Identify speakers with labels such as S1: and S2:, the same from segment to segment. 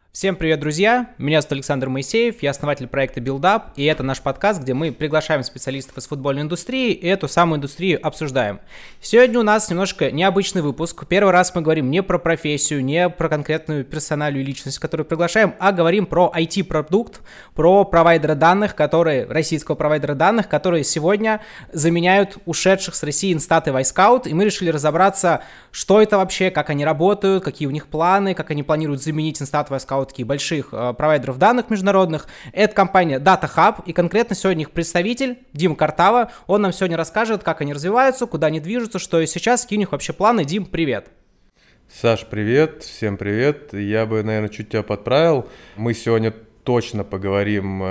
S1: Всем привет, друзья! Меня зовут Александр Моисеев, я основатель проекта BuildUp, и это наш подкаст, где мы приглашаем специалистов из футбольной индустрии и эту самую индустрию обсуждаем. Сегодня у нас немножко необычный выпуск. Первый раз мы говорим не про профессию, не про конкретную персоналию и личность, которую приглашаем, а говорим про IT-продукт, про провайдера данных, российского провайдера данных, которые сегодня заменяют ушедших с России Инстат и Вайскаут, и мы решили разобраться, что это вообще, как они работают, какие у них планы, как они планируют заменить Инстат, Вайскаут, таких больших провайдеров данных международных. Это компания DataHub, и конкретно сегодня их представитель Дима Картава. Он нам сегодня расскажет, как они развиваются, куда они движутся, что и сейчас, какие у них вообще планы. Дим, привет!
S2: Саш, привет, всем привет. Я бы, наверное, чуть тебя подправил. Мы сегодня точно поговорим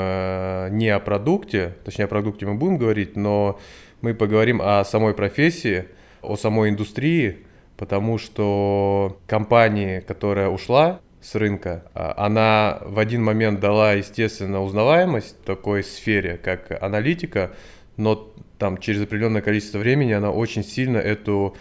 S2: не о продукте, точнее, о продукте мы будем говорить, но мы поговорим о самой профессии, о самой индустрии, потому что компания, которая ушла с рынка, она в один момент дала, естественно, узнаваемость в такой сфере, как аналитика, но там через определенное количество времени она очень сильно эту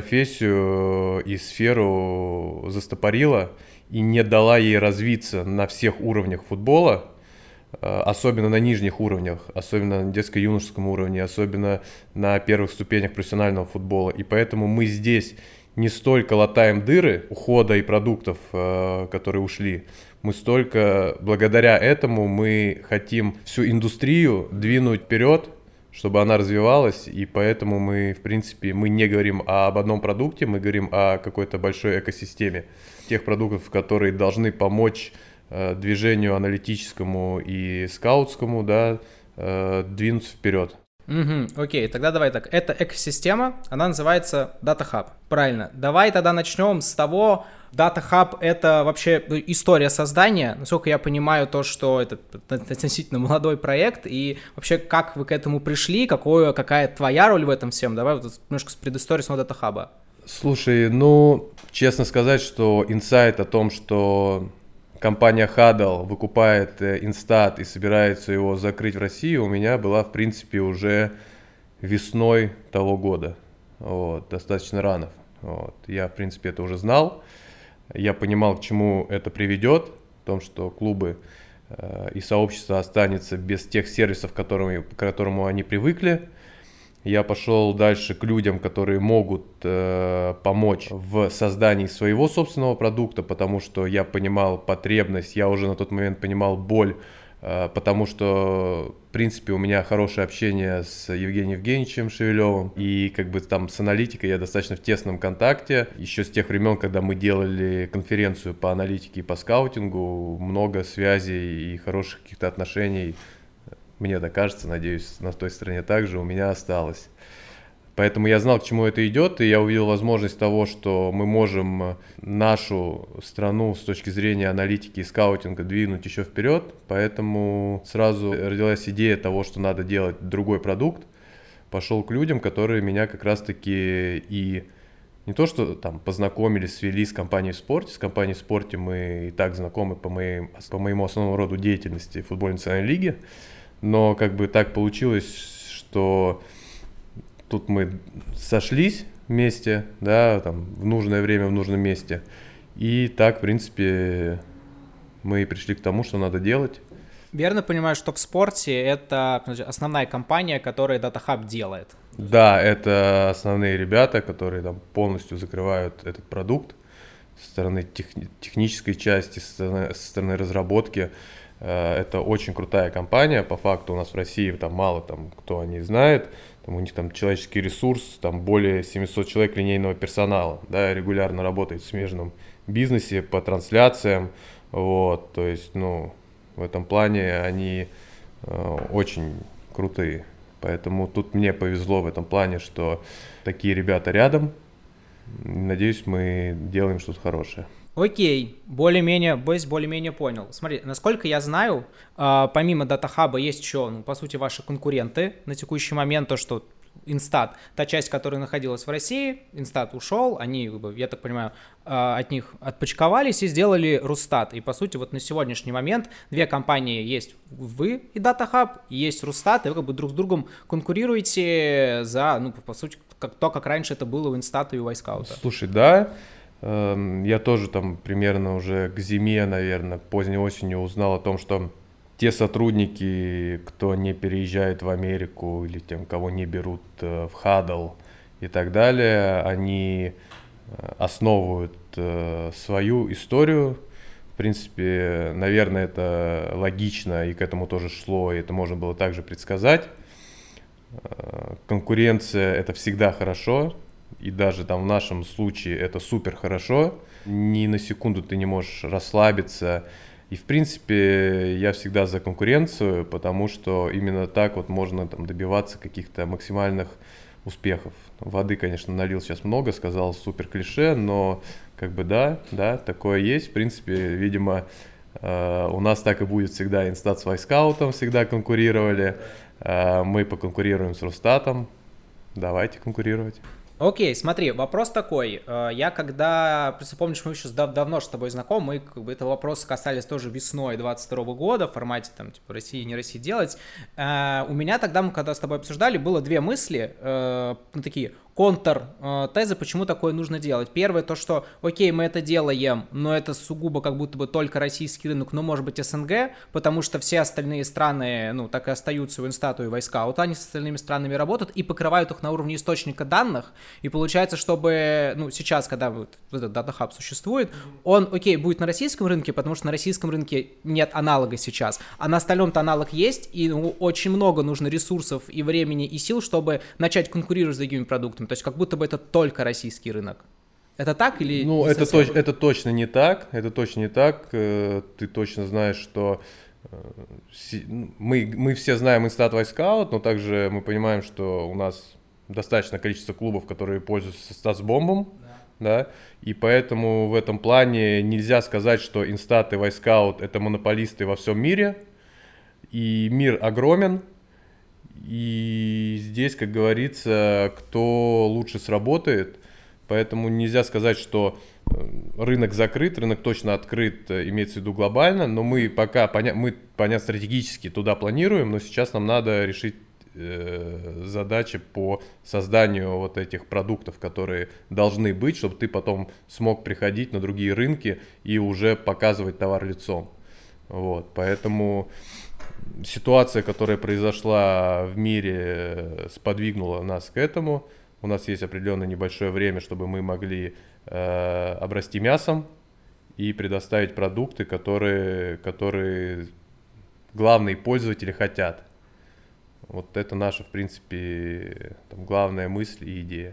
S2: профессию и сферу застопорила и не дала ей развиться на всех уровнях футбола, особенно на нижних уровнях, особенно на детско-юношеском уровне, особенно на первых ступенях профессионального футбола. И поэтому мы здесь не столько латаем дыры ухода и продуктов, которые ушли, мы столько, благодаря этому, мы хотим всю индустрию двинуть вперед, чтобы она развивалась, и поэтому мы, в принципе, мы не говорим об одном продукте, мы говорим о какой-то большой экосистеме тех продуктов, которые должны помочь движению аналитическому и скаутскому, да, двинуться вперед.
S1: Окей, тогда давай так. Это экосистема, она называется DataHub. Правильно. Давай тогда начнем с того, DataHub — это вообще история создания. Насколько я понимаю, то, что это относительно молодой проект, и вообще как вы к этому пришли, какая твоя роль в этом всем? Давай вот немножко с предыстории самого DataHub.
S2: Слушай, честно сказать, что инсайт о том, что компания Huddle выкупает Инстат и собирается его закрыть в России, у меня была, в принципе, уже весной того года. Достаточно рано. Я, в принципе, это уже знал. Я понимал, к чему это приведет. В том, что клубы и сообщество останется без тех сервисов, к которому они привыкли. Я пошел дальше к людям, которые могут помочь в создании своего собственного продукта, потому что я понимал потребность, я уже на тот момент понимал боль, потому что, в принципе, у меня хорошее общение с Евгением Евгеньевичем Шевелевым, и там с аналитикой я достаточно в тесном контакте. Еще с тех времен, когда мы делали конференцию по аналитике и по скаутингу, много связей и хороших каких-то отношений, мне так кажется, надеюсь, на той стороне также у меня осталось. Поэтому я знал, к чему это идет, и я увидел возможность того, что мы можем нашу страну с точки зрения аналитики и скаутинга двинуть еще вперед. Поэтому сразу родилась идея того, что надо делать другой продукт. Пошел к людям, которые меня как раз-таки и не то что там познакомили, свели с компанией в спорте. С компанией в спорте мы и так знакомы по моему основному роду деятельности футбольной национальной лиги. Но так получилось, что тут мы сошлись вместе, да, в нужное время, в нужном месте. И так, в принципе, мы пришли к тому, что надо делать.
S1: Верно понимаю, что в спорте это основная компания, которая DataHub делает?
S2: Да, это основные ребята, которые полностью закрывают этот продукт со стороны технической части, со стороны разработки. Это очень крутая компания, по факту у нас в России мало кто о ней знает, у них человеческий ресурс, более 700 человек линейного персонала, да, регулярно работает в смежном бизнесе по трансляциям, то есть, в этом плане они очень крутые, поэтому тут мне повезло в этом плане, что такие ребята рядом, надеюсь, мы делаем что-то хорошее.
S1: Окей, более-менее понял. Смотри, насколько я знаю, помимо DataHub есть еще, по сути, ваши конкуренты на текущий момент, то, что Инстат, та часть, которая находилась в России, Инстат ушел, они, я так понимаю, от них отпочковались и сделали Рустат. И, по сути, на сегодняшний момент две компании есть, вы и DataHub, и есть Рустат, и вы друг с другом конкурируете за, по сути, как раньше это было у Инстата и у Вайскаута.
S2: Слушай, да, Я тоже там примерно уже к зиме, наверное, поздней осенью узнал о том, что те сотрудники, кто не переезжает в Америку или тем, кого не берут в Хадл и так далее, они основывают свою историю. В принципе, наверное, это логично, и к этому тоже шло, и это можно было также предсказать. Конкуренция – это всегда хорошо, и даже там в нашем случае это супер хорошо. Ни на секунду ты не можешь расслабиться. И, в принципе, я всегда за конкуренцию, потому что именно так вот можно там добиваться каких-то максимальных успехов. Воды, конечно, налил сейчас много, сказал супер клише, но как бы да, такое есть. В принципе, видимо, у нас так и будет всегда. Инстат с Вайскаутом всегда конкурировали. Мы поконкурируем с Росстатом. Давайте конкурировать.
S1: Окей, смотри, вопрос такой. Я когда, просто помнишь, мы еще давно с тобой знакомы, мы как бы этого вопроса касались тоже весной 22 года в формате там типа России, не России делать. У меня тогда, мы когда с тобой обсуждали, было две мысли, такие контр-тезы, почему такое нужно делать. Первое, то, что, окей, мы это делаем, но это сугубо как будто бы только российский рынок, но может быть СНГ, потому что все остальные страны, ну, так и остаются в Инстату и Вайскауту, они с остальными странами работают и покрывают их на уровне источника данных, и получается, чтобы, ну, сейчас, когда вот этот Data Hub существует, он, окей, будет на российском рынке, потому что на российском рынке нет аналога сейчас, а на остальном-то аналог есть, и очень много нужно ресурсов и времени, и сил, чтобы начать конкурировать с другими продуктами. То есть как будто бы это только российский рынок. Это так или...
S2: Ну, это точно не так. Это точно не так. Ты точно знаешь, что мы все знаем Инстат Вайскаут, но также мы понимаем, что у нас достаточное количество клубов, которые пользуются статсбомбом. Да? И поэтому в этом плане нельзя сказать, что Инстат и Вайскаут — это монополисты во всем мире. И мир огромен. И здесь, как говорится, кто лучше сработает, поэтому нельзя сказать, что рынок закрыт, рынок точно открыт, имеется в виду глобально, но мы пока, понятно, стратегически туда планируем, но сейчас нам надо решить задачи по созданию вот этих продуктов, которые должны быть, чтобы ты потом смог приходить на другие рынки и уже показывать товар лицом. Вот, поэтому... Ситуация, которая произошла в мире, сподвигнула нас к этому. У нас есть определенное небольшое время, чтобы мы могли обрасти мясом и предоставить продукты, которые главные пользователи хотят. Вот это наша, в принципе, там, главная мысль и идея.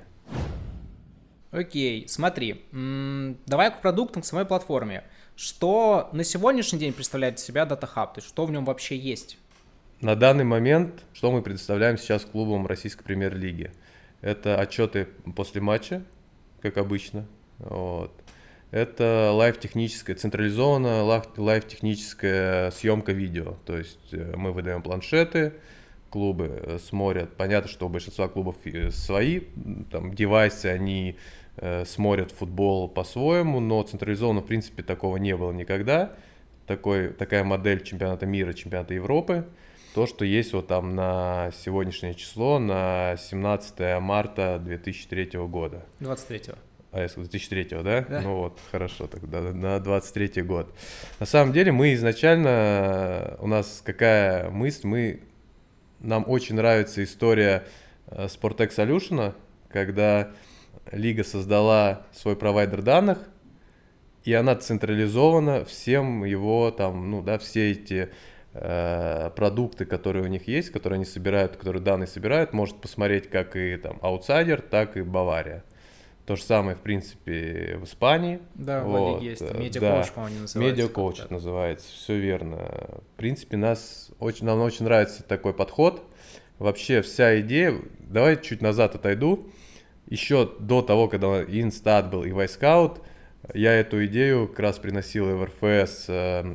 S1: Окей, смотри, давай к продуктам, к самой платформе. Что на сегодняшний день представляет из себя Data Hub? То есть что в нем вообще есть?
S2: На данный момент, что мы предоставляем сейчас клубам Российской премьер-лиги? Это отчеты после матча, как обычно. Вот. Это лайв-техническая, централизованная лайв-техническая съемка видео. То есть мы выдаем планшеты, клубы смотрят. Понятно, что у большинства клубов свои там девайсы, они смотрят футбол по-своему, но централизованно, в принципе, такого не было никогда. Такая модель чемпионата мира, чемпионата Европы. То, что есть вот там на сегодняшнее число, на 17 марта 2003 года.
S1: 23-го.
S2: Я сказал, 2003, да?
S1: Да.
S2: Ну вот, хорошо, тогда на 23 год. На самом деле мы изначально, у нас какая мысль, нам очень нравится история Sportec Solution, когда лига создала свой провайдер данных, и она централизована всем его там, ну да, все эти продукты, которые у них есть, которые они собирают, которые данные собирают, может посмотреть как и там аутсайдер, так и Бавария. То же самое, в принципе, в Испании.
S1: Да,
S2: вот,
S1: в лиге есть. Медиакоуч, по-моему, называется.
S2: Медиакоуч называется, все верно. В принципе, нам очень нравится такой подход. Вообще вся идея, давай чуть назад отойду. Еще до того, когда и Инстат был, и Вайскаут, я эту идею как раз приносил и в РФС,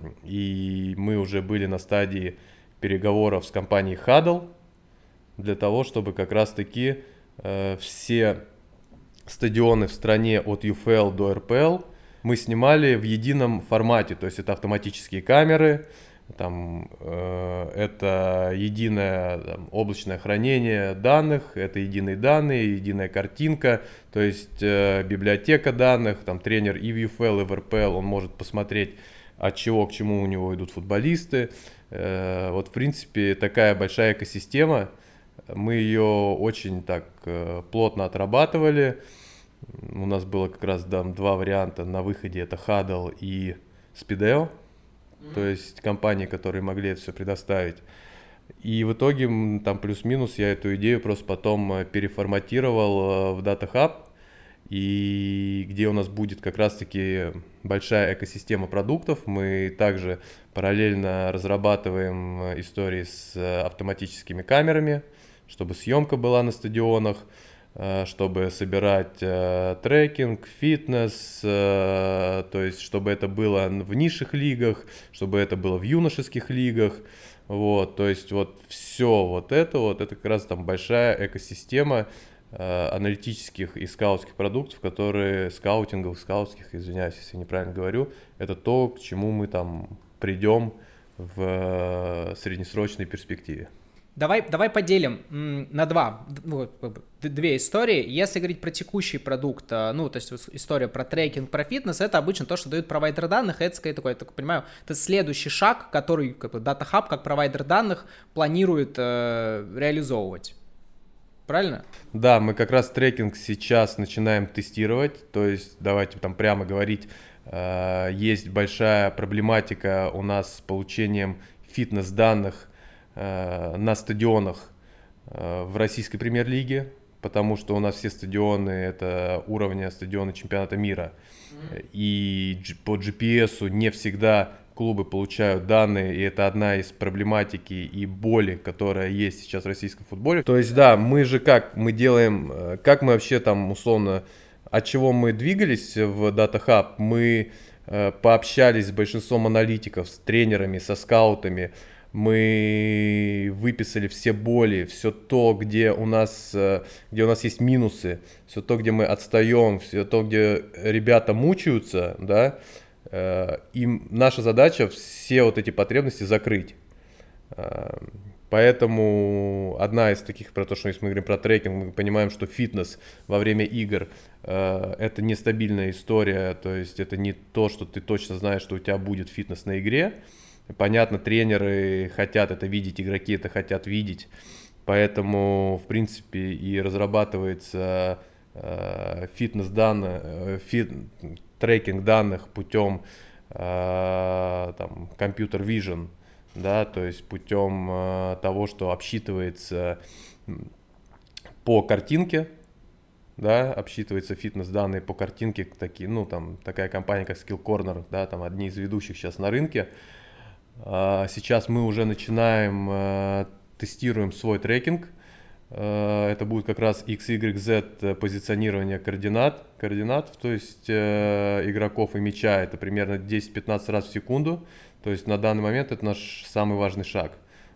S2: и мы уже были на стадии переговоров с компанией Хадл для того, чтобы как раз-таки все стадионы в стране от ЮФЛ до РПЛ мы снимали в едином формате, то есть это автоматические камеры, Это единое облачное хранение данных, это единые данные, единая картинка, то есть библиотека данных, тренер и в UFL, и в RPL, он может посмотреть, от чего к чему у него идут футболисты. В принципе, такая большая экосистема, мы ее очень так плотно отрабатывали. У нас было как раз два варианта на выходе, это Huddle и Speedeo. То есть компании, которые могли это все предоставить. И в итоге плюс-минус я эту идею просто потом переформатировал в Data Hub, и где у нас будет как раз-таки большая экосистема продуктов. Мы также параллельно разрабатываем истории с автоматическими камерами, чтобы съемка была на стадионах, чтобы собирать трекинг, фитнес, то есть чтобы это было в низших лигах, чтобы это было в юношеских лигах, то есть все это как раз большая экосистема аналитических и скаутских продуктов, которые извиняюсь, если неправильно говорю, это то, к чему мы придем в среднесрочной перспективе.
S1: Давай поделим на две истории. Если говорить про текущий продукт, то есть история про трекинг, про фитнес, это обычно то, что дают провайдер данных, это скорее такой, я так понимаю, это следующий шаг, который Data Hub, как провайдер данных, планирует реализовывать. Правильно?
S2: Да, мы как раз трекинг сейчас начинаем тестировать, то есть давайте прямо говорить, есть большая проблематика у нас с получением фитнес-данных на стадионах в российской премьер-лиге, потому что у нас все стадионы это уровня стадиона чемпионата мира, и по GPS не всегда клубы получают данные, и это одна из проблематики и боли, которая есть сейчас в российском футболе. То есть да, мы вообще условно, от чего мы двигались в Data Hub, мы пообщались с большинством аналитиков, с тренерами, со скаутами. Мы выписали все боли, все то, где у нас есть минусы, все то, где мы отстаем, все то, где ребята мучаются, да, и наша задача все эти потребности закрыть. Поэтому одна из таких, про то, что если мы говорим про трекинг, мы понимаем, что фитнес во время игр это нестабильная история, то есть это не то, что ты точно знаешь, что у тебя будет фитнес на игре. Понятно, тренеры хотят это видеть, игроки это хотят видеть, поэтому, в принципе, и разрабатывается трекинг данных путем компьютер vision, да, то есть путем того, что обсчитывается по картинке, да, обсчитывается фитнес-данные по картинке, такая компания, как Skill Corner, да, одни из ведущих сейчас на рынке. Сейчас мы уже начинаем, тестируем свой трекинг. Это будет как раз X, Y, Z позиционирование координат, то есть игроков и мяча. Это примерно 10-15 раз в секунду. То есть на данный момент это наш самый важный шаг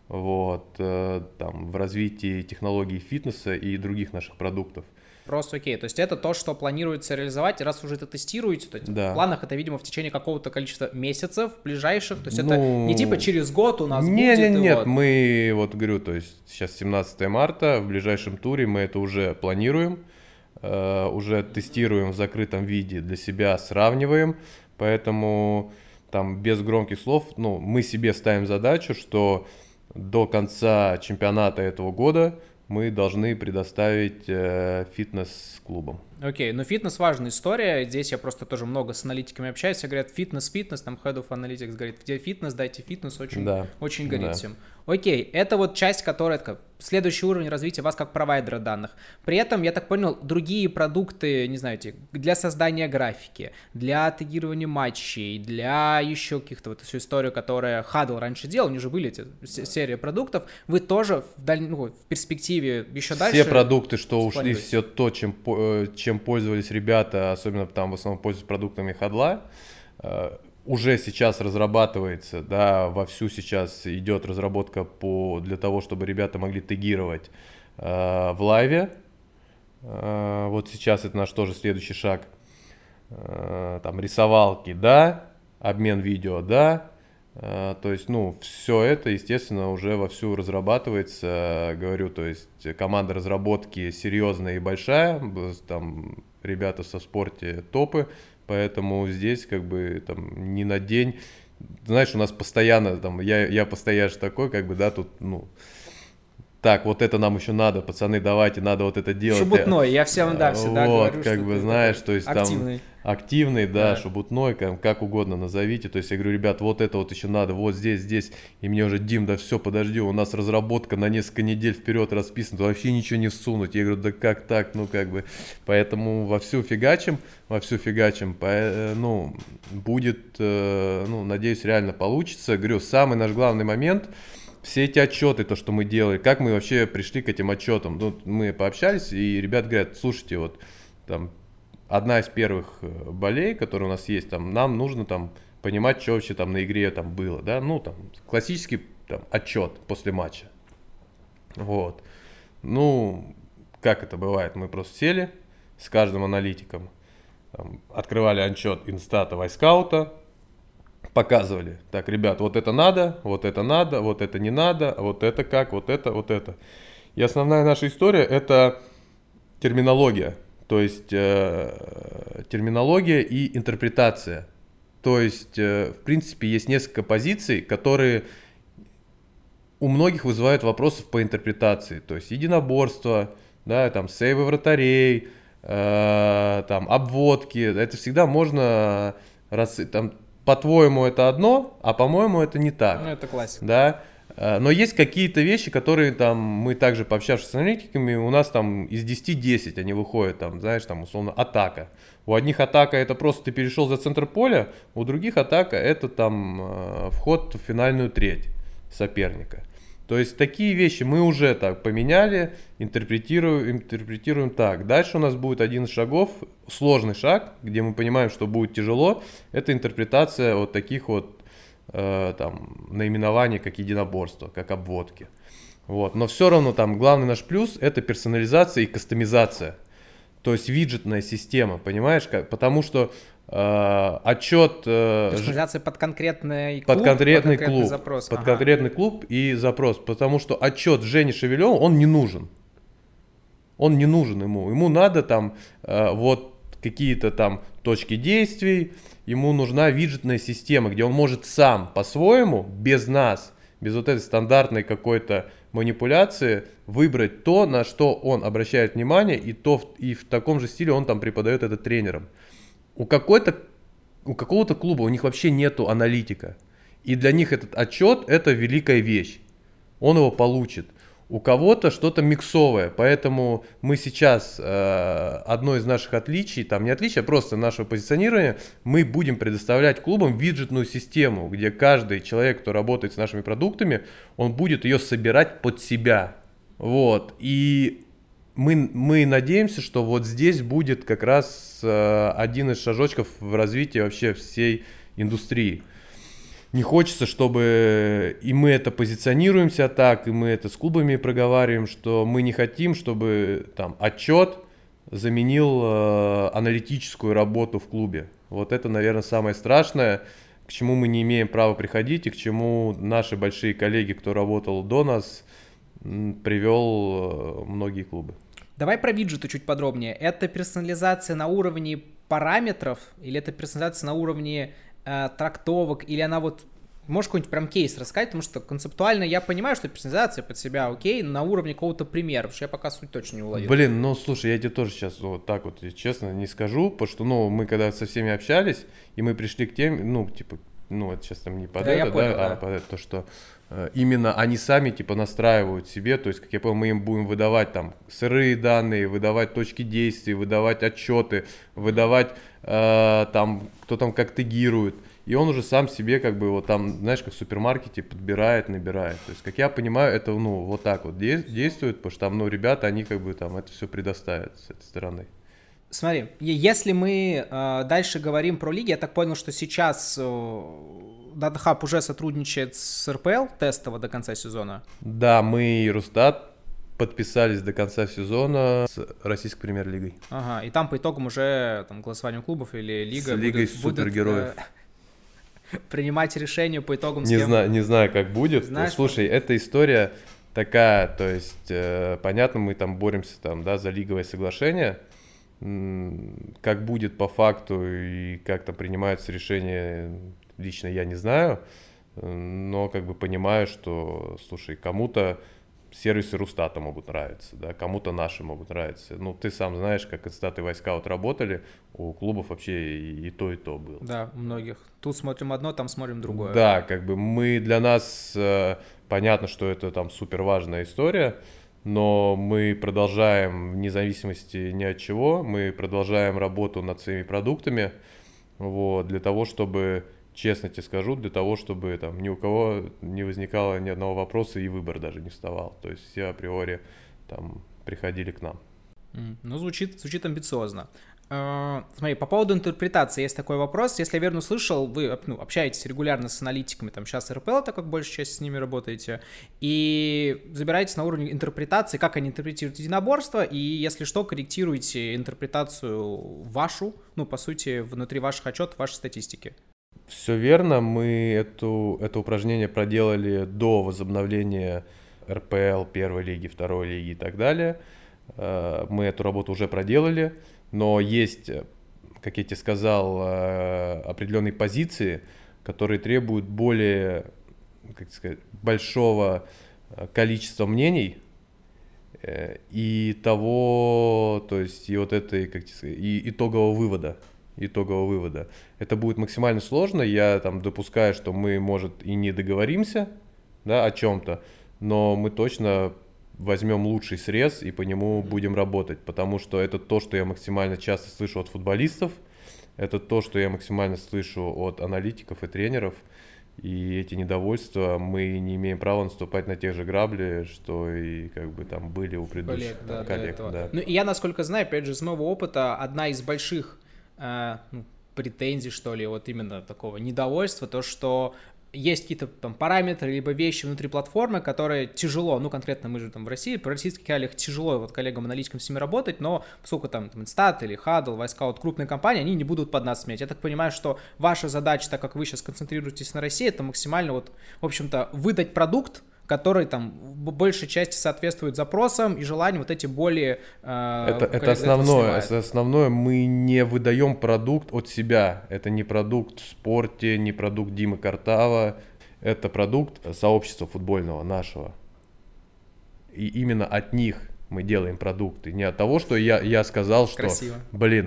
S2: в развитии технологий фитнеса и других наших продуктов.
S1: Просто окей, то есть это то, что планируется реализовать, раз уже это тестируете, то есть в планах это, видимо, в течение какого-то количества месяцев ближайших, то есть это не типа через год у нас будет.
S2: Нет, мы, говорю, то есть сейчас 17 марта, в ближайшем туре мы это уже планируем, уже тестируем в закрытом виде для себя, сравниваем, поэтому без громких слов, мы себе ставим задачу, что до конца чемпионата этого года мы должны предоставить фитнес клубам.
S1: Окей, но фитнес важная история. Здесь я просто тоже много с аналитиками общаюсь. Все говорят, фитнес, там Head of Analytics говорит, где фитнес, дайте фитнес, очень горит всем. Окей, это часть, которая следующий уровень развития вас как провайдера данных. При этом, я так понял, другие продукты, не знаю, для создания графики, для тегирования матчей, для еще каких-то всю историю, которая Huddle раньше делал, у них же были эти серии продуктов, вы тоже в перспективе еще дальше...
S2: Все продукты, что ушли, все то, чем пользовались ребята, особенно в основном пользуются продуктами Huddle, уже сейчас разрабатывается, да, вовсю сейчас идет разработка для того, чтобы ребята могли тегировать в лайве. Сейчас это наш тоже следующий шаг. Рисовалки, да, обмен видео, да, То есть, ну, все это, естественно, уже вовсю разрабатывается, говорю, то есть команда разработки серьезная и большая, там ребята со спорте топы, поэтому здесь как бы там не на день, знаешь, у нас постоянно, там, я постоянно такой, как бы, да, тут, ну, так, вот это нам еще надо, пацаны, давайте, надо вот это делать.
S1: Шебутной, я всем, да, всегда
S2: вот,
S1: говорю,
S2: как
S1: что
S2: бы, знаешь, то есть
S1: активный.
S2: там активный, да,
S1: Да.
S2: шебутной, как угодно назовите. То есть я говорю, ребят, вот это вот еще надо, вот здесь. И мне уже, Дим, да все, подожди, у нас разработка на несколько недель вперед расписана, вообще ничего не всунуть. Я говорю, да как так, ну как бы. Поэтому вовсю фигачим, ну, будет, ну, надеюсь, реально получится. Говорю, самый наш главный момент – все эти отчеты, то, что мы делали, как мы вообще пришли к этим отчетам. Ну, мы пообщались, и ребята говорят, слушайте, вот там одна из первых болей, которые у нас есть, там, нам нужно там понимать, что вообще там на игре там было, да, ну, там, классический там отчет после матча. Вот. Ну, как это бывает, мы просто сели с каждым аналитиком, там, открывали отчет Инстата, Вайскаута, показывали. Так, ребят, вот это надо, вот это надо, вот это не надо, вот это как, вот это, вот это. И основная наша история – это терминология. То есть терминология и интерпретация. То есть, в принципе, есть несколько позиций, которые у многих вызывают вопросов по интерпретации. То есть единоборство, да, там, сейвы вратарей, там, обводки. Это всегда можно там, по-твоему это одно, а по-моему это не так.
S1: Ну, это классика.
S2: Да? Но есть какие-то вещи, которые там, мы также пообщавшись с аналитиками, у нас там из 10 10 они выходят, там, знаешь, там условно атака. У одних атака это просто ты перешел за центр поля, у других атака это там вход в финальную треть соперника. То есть такие вещи мы уже так поменяли, интерпретируем так. Дальше у нас будет один из шагов, сложный шаг, где мы понимаем, что будет тяжело. Это интерпретация вот таких вот там, наименований, как единоборство, как обводки. Вот. Но все равно там главный наш плюс – это персонализация и кастомизация. То есть виджетная система, понимаешь? Потому что отчет...
S1: Персонализация под конкретный клуб,
S2: под конкретный клуб,
S1: запрос.
S2: Под конкретный клуб и запрос. Потому что отчет Жени Шевелева, он не нужен. Он не нужен ему. Ему надо там вот какие-то там точки действий, ему нужна виджетная система, где он может сам по-своему, без нас, без вот этой стандартной какой-то манипуляции, выбрать то, на что он обращает внимание, и в таком же стиле он там преподает это тренерам. У какого-то клуба у них вообще нету аналитика. И для них этот отчет – это великая вещь. Он его получит. У кого-то что-то миксовое. Поэтому мы сейчас, одно из наших отличий, там не отличие, а просто нашего позиционирования, мы будем предоставлять клубам виджетную систему, где каждый человек, кто работает с нашими продуктами, он будет ее собирать под себя. Вот. И мы надеемся, что вот здесь будет как раз один из шажочков в развитии вообще всей индустрии. Не хочется, чтобы и мы это позиционируемся так, и мы это с клубами проговариваем, что мы не хотим, чтобы там отчет заменил аналитическую работу в клубе. Вот это, наверное, самое страшное, к чему мы не имеем права приходить, и к чему наши большие коллеги, кто работал до нас, привел многие клубы.
S1: Давай про виджеты чуть подробнее. Это персонализация на уровне параметров, или это персонализация на уровне трактовок, или она вот... Можешь какой-нибудь прям кейс рассказать, потому что концептуально я понимаю, что персонализация под себя окей, но на уровне какого-то примера, потому что я пока суть точно не уловил.
S2: Блин, ну слушай, я тебе тоже сейчас вот так вот честно не скажу, потому что, ну, мы когда со всеми общались, и мы пришли к теме, ну, типа, ну, это сейчас там не под это,
S1: понял,
S2: да, а под это, то, что именно они сами, типа, настраивают себе, то есть, как я понял, мы им будем выдавать там сырые данные, выдавать точки действий, выдавать отчеты, выдавать там, кто там как тегирует. И он уже сам себе как бы вот там, знаешь, как в супермаркете подбирает, набирает. То есть, как я понимаю, это, ну, вот так вот действует, потому что там, ну, ребята, они как бы там это все предоставят с этой стороны.
S1: Смотри, если мы дальше говорим про лиги, я так понял, что сейчас DataHub уже сотрудничает с РПЛ тестово до конца сезона.
S2: Да, мы и Рустат подписались до конца сезона с Российской премьер-лигой.
S1: Ага, и там по итогам уже там голосованием клубов или лига...
S2: С Лигой супергероев.
S1: принимать решения по итогам
S2: Не знаю, как будет.
S1: Знаешь,
S2: слушай, эта история такая, то есть, понятно, мы там боремся там, да, за лиговое соглашение. Как будет по факту и как там принимаются решения, лично я не знаю, но как бы понимаю, что, слушай, кому-то сервисы Росстата могут нравиться, да, кому-то наши могут нравиться. Ну, ты сам знаешь, как Инстат и Вайскаут работали, у клубов вообще и то было.
S1: Да, у многих. Тут смотрим одно, там смотрим другое.
S2: Да, как бы для нас понятно, что это там супер важная история, но мы продолжаем, вне зависимости ни от чего, мы продолжаем работу над своими продуктами, вот, для того, чтобы, честно тебе скажу, для того, чтобы там ни у кого не возникало ни одного вопроса и выбор даже не вставал. То есть все априори там приходили к нам.
S1: Ну, звучит амбициозно. Смотри, по поводу интерпретации есть такой вопрос. Если я верно слышал, вы общаетесь регулярно с аналитиками, там сейчас РПЛ, так как большая часть с ними работаете, и забираетесь на уровень интерпретации, как они интерпретируют единоборство, и если что, корректируете интерпретацию вашу, ну, по сути, внутри ваших отчетов, вашей статистики.
S2: Все верно, мы это упражнение проделали до возобновления РПЛ, первой лиги, второй лиги и так далее. Мы эту работу уже проделали, но есть, как я тебе сказал, определенные позиции, которые требуют более, как сказать, большого количества мнений и того, то есть и вот этой, как сказать, и итогового вывода. Это будет максимально сложно. Я там допускаю, что мы, может, и не договоримся, да, о чем-то, но мы точно возьмем лучший срез и по нему будем работать, потому что это то, что я максимально часто слышу от футболистов, это то, что я максимально слышу от аналитиков и тренеров, и эти недовольства, мы не имеем права наступать на те же грабли, что и как бы там были у предыдущих коллег. Да.
S1: Ну и я, насколько знаю, опять же, из моего опыта, одна из больших претензий, что ли, вот именно такого недовольства, то, что есть какие-то там параметры, либо вещи внутри платформы, которые тяжело, ну, конкретно мы же там в России, при российских реалиях тяжело вот коллегам-аналитикам с ними работать, но поскольку там Инстат или Хадл, Вайскаут, крупные компании, они не будут под нас сметь. Я так понимаю, что ваша задача, так как вы сейчас концентрируетесь на России, это максимально вот, в общем-то, выдать продукт, который там в большей части соответствует запросам и желаниям вот эти более...
S2: Это основное, мы не выдаем продукт от себя. Это не продукт в спорте, не продукт Димы Картава, это продукт сообщества футбольного нашего. И именно от них мы делаем продукты. Не от того, что я сказал, что,
S1: Красиво.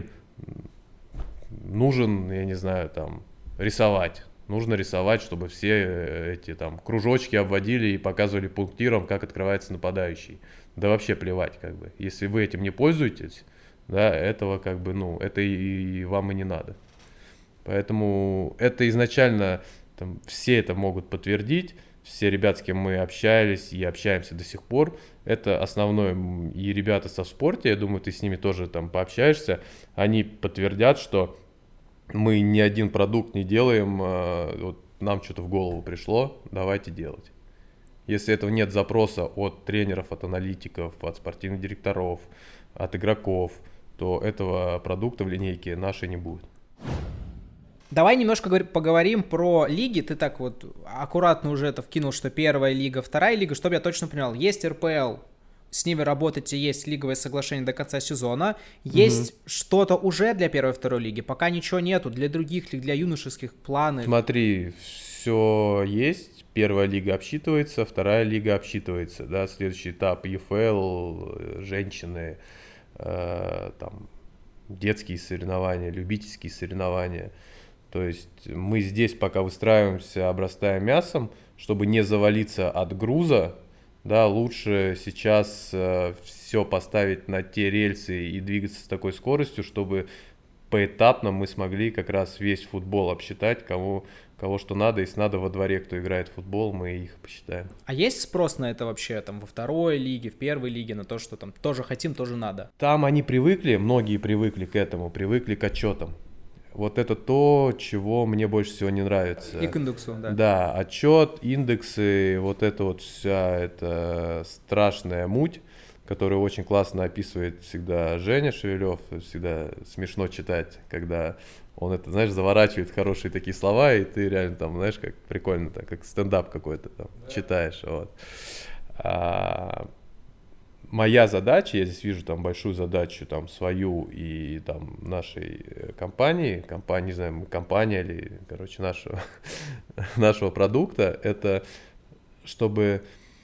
S2: Нужен, я не знаю, там, рисовать. Нужно рисовать, чтобы все эти там кружочки обводили и показывали пунктиром, как открывается нападающий. Да вообще плевать, как бы. Если вы этим не пользуетесь, да, этого как бы, это и вам и не надо. Поэтому это изначально, там, все это могут подтвердить, все ребят, с кем мы общались и общаемся до сих пор, это основное. И ребята со спорте, я думаю, ты с ними тоже там пообщаешься, они подтвердят, что мы ни один продукт не делаем, вот нам что-то в голову пришло, давайте делать. Если этого нет запроса от тренеров, от аналитиков, от спортивных директоров, от игроков, то этого продукта в линейке нашей не будет.
S1: Давай немножко поговорим про лиги. Ты так вот аккуратно уже это вкинул, что первая лига, вторая лига, чтобы я точно понял. Есть РПЛ, с ними работаете, есть лиговое соглашение до конца сезона. Есть что-то уже для первой и второй лиги? Пока ничего нету. Для других лиг, для юношеских планов?
S2: Смотри, все есть. Первая лига обсчитывается, вторая лига обсчитывается. Да? Следующий этап ЕФЛ, женщины, там, детские соревнования, любительские соревнования. То есть мы здесь пока выстраиваемся, обрастаем мясом, чтобы не завалиться от груза. Да, лучше сейчас все поставить на те рельсы и двигаться с такой скоростью, чтобы поэтапно мы смогли как раз весь футбол обсчитать, кого что надо. Если надо во дворе, кто играет в футбол, мы их посчитаем.
S1: А есть спрос на это вообще там во второй лиге, в первой лиге, на то, что там тоже хотим, тоже надо?
S2: Там они привыкли, многие привыкли к этому, привыкли к отчетам. Вот это то, чего мне больше всего не нравится.
S1: И к индексу, да.
S2: Да, отчет, индексы, вот это вот вся эта страшная муть, которую очень классно описывает всегда Женя Шевелев. Всегда смешно читать, когда Он это, знаешь, заворачивает в хорошие такие слова, и ты реально там, знаешь, как прикольно, так, как стендап какой-то там читаешь, вот. Моя задача, я здесь вижу там большую задачу там свою и там нашей компании, не знаю, компания или, короче, нашего продукта, это чтобы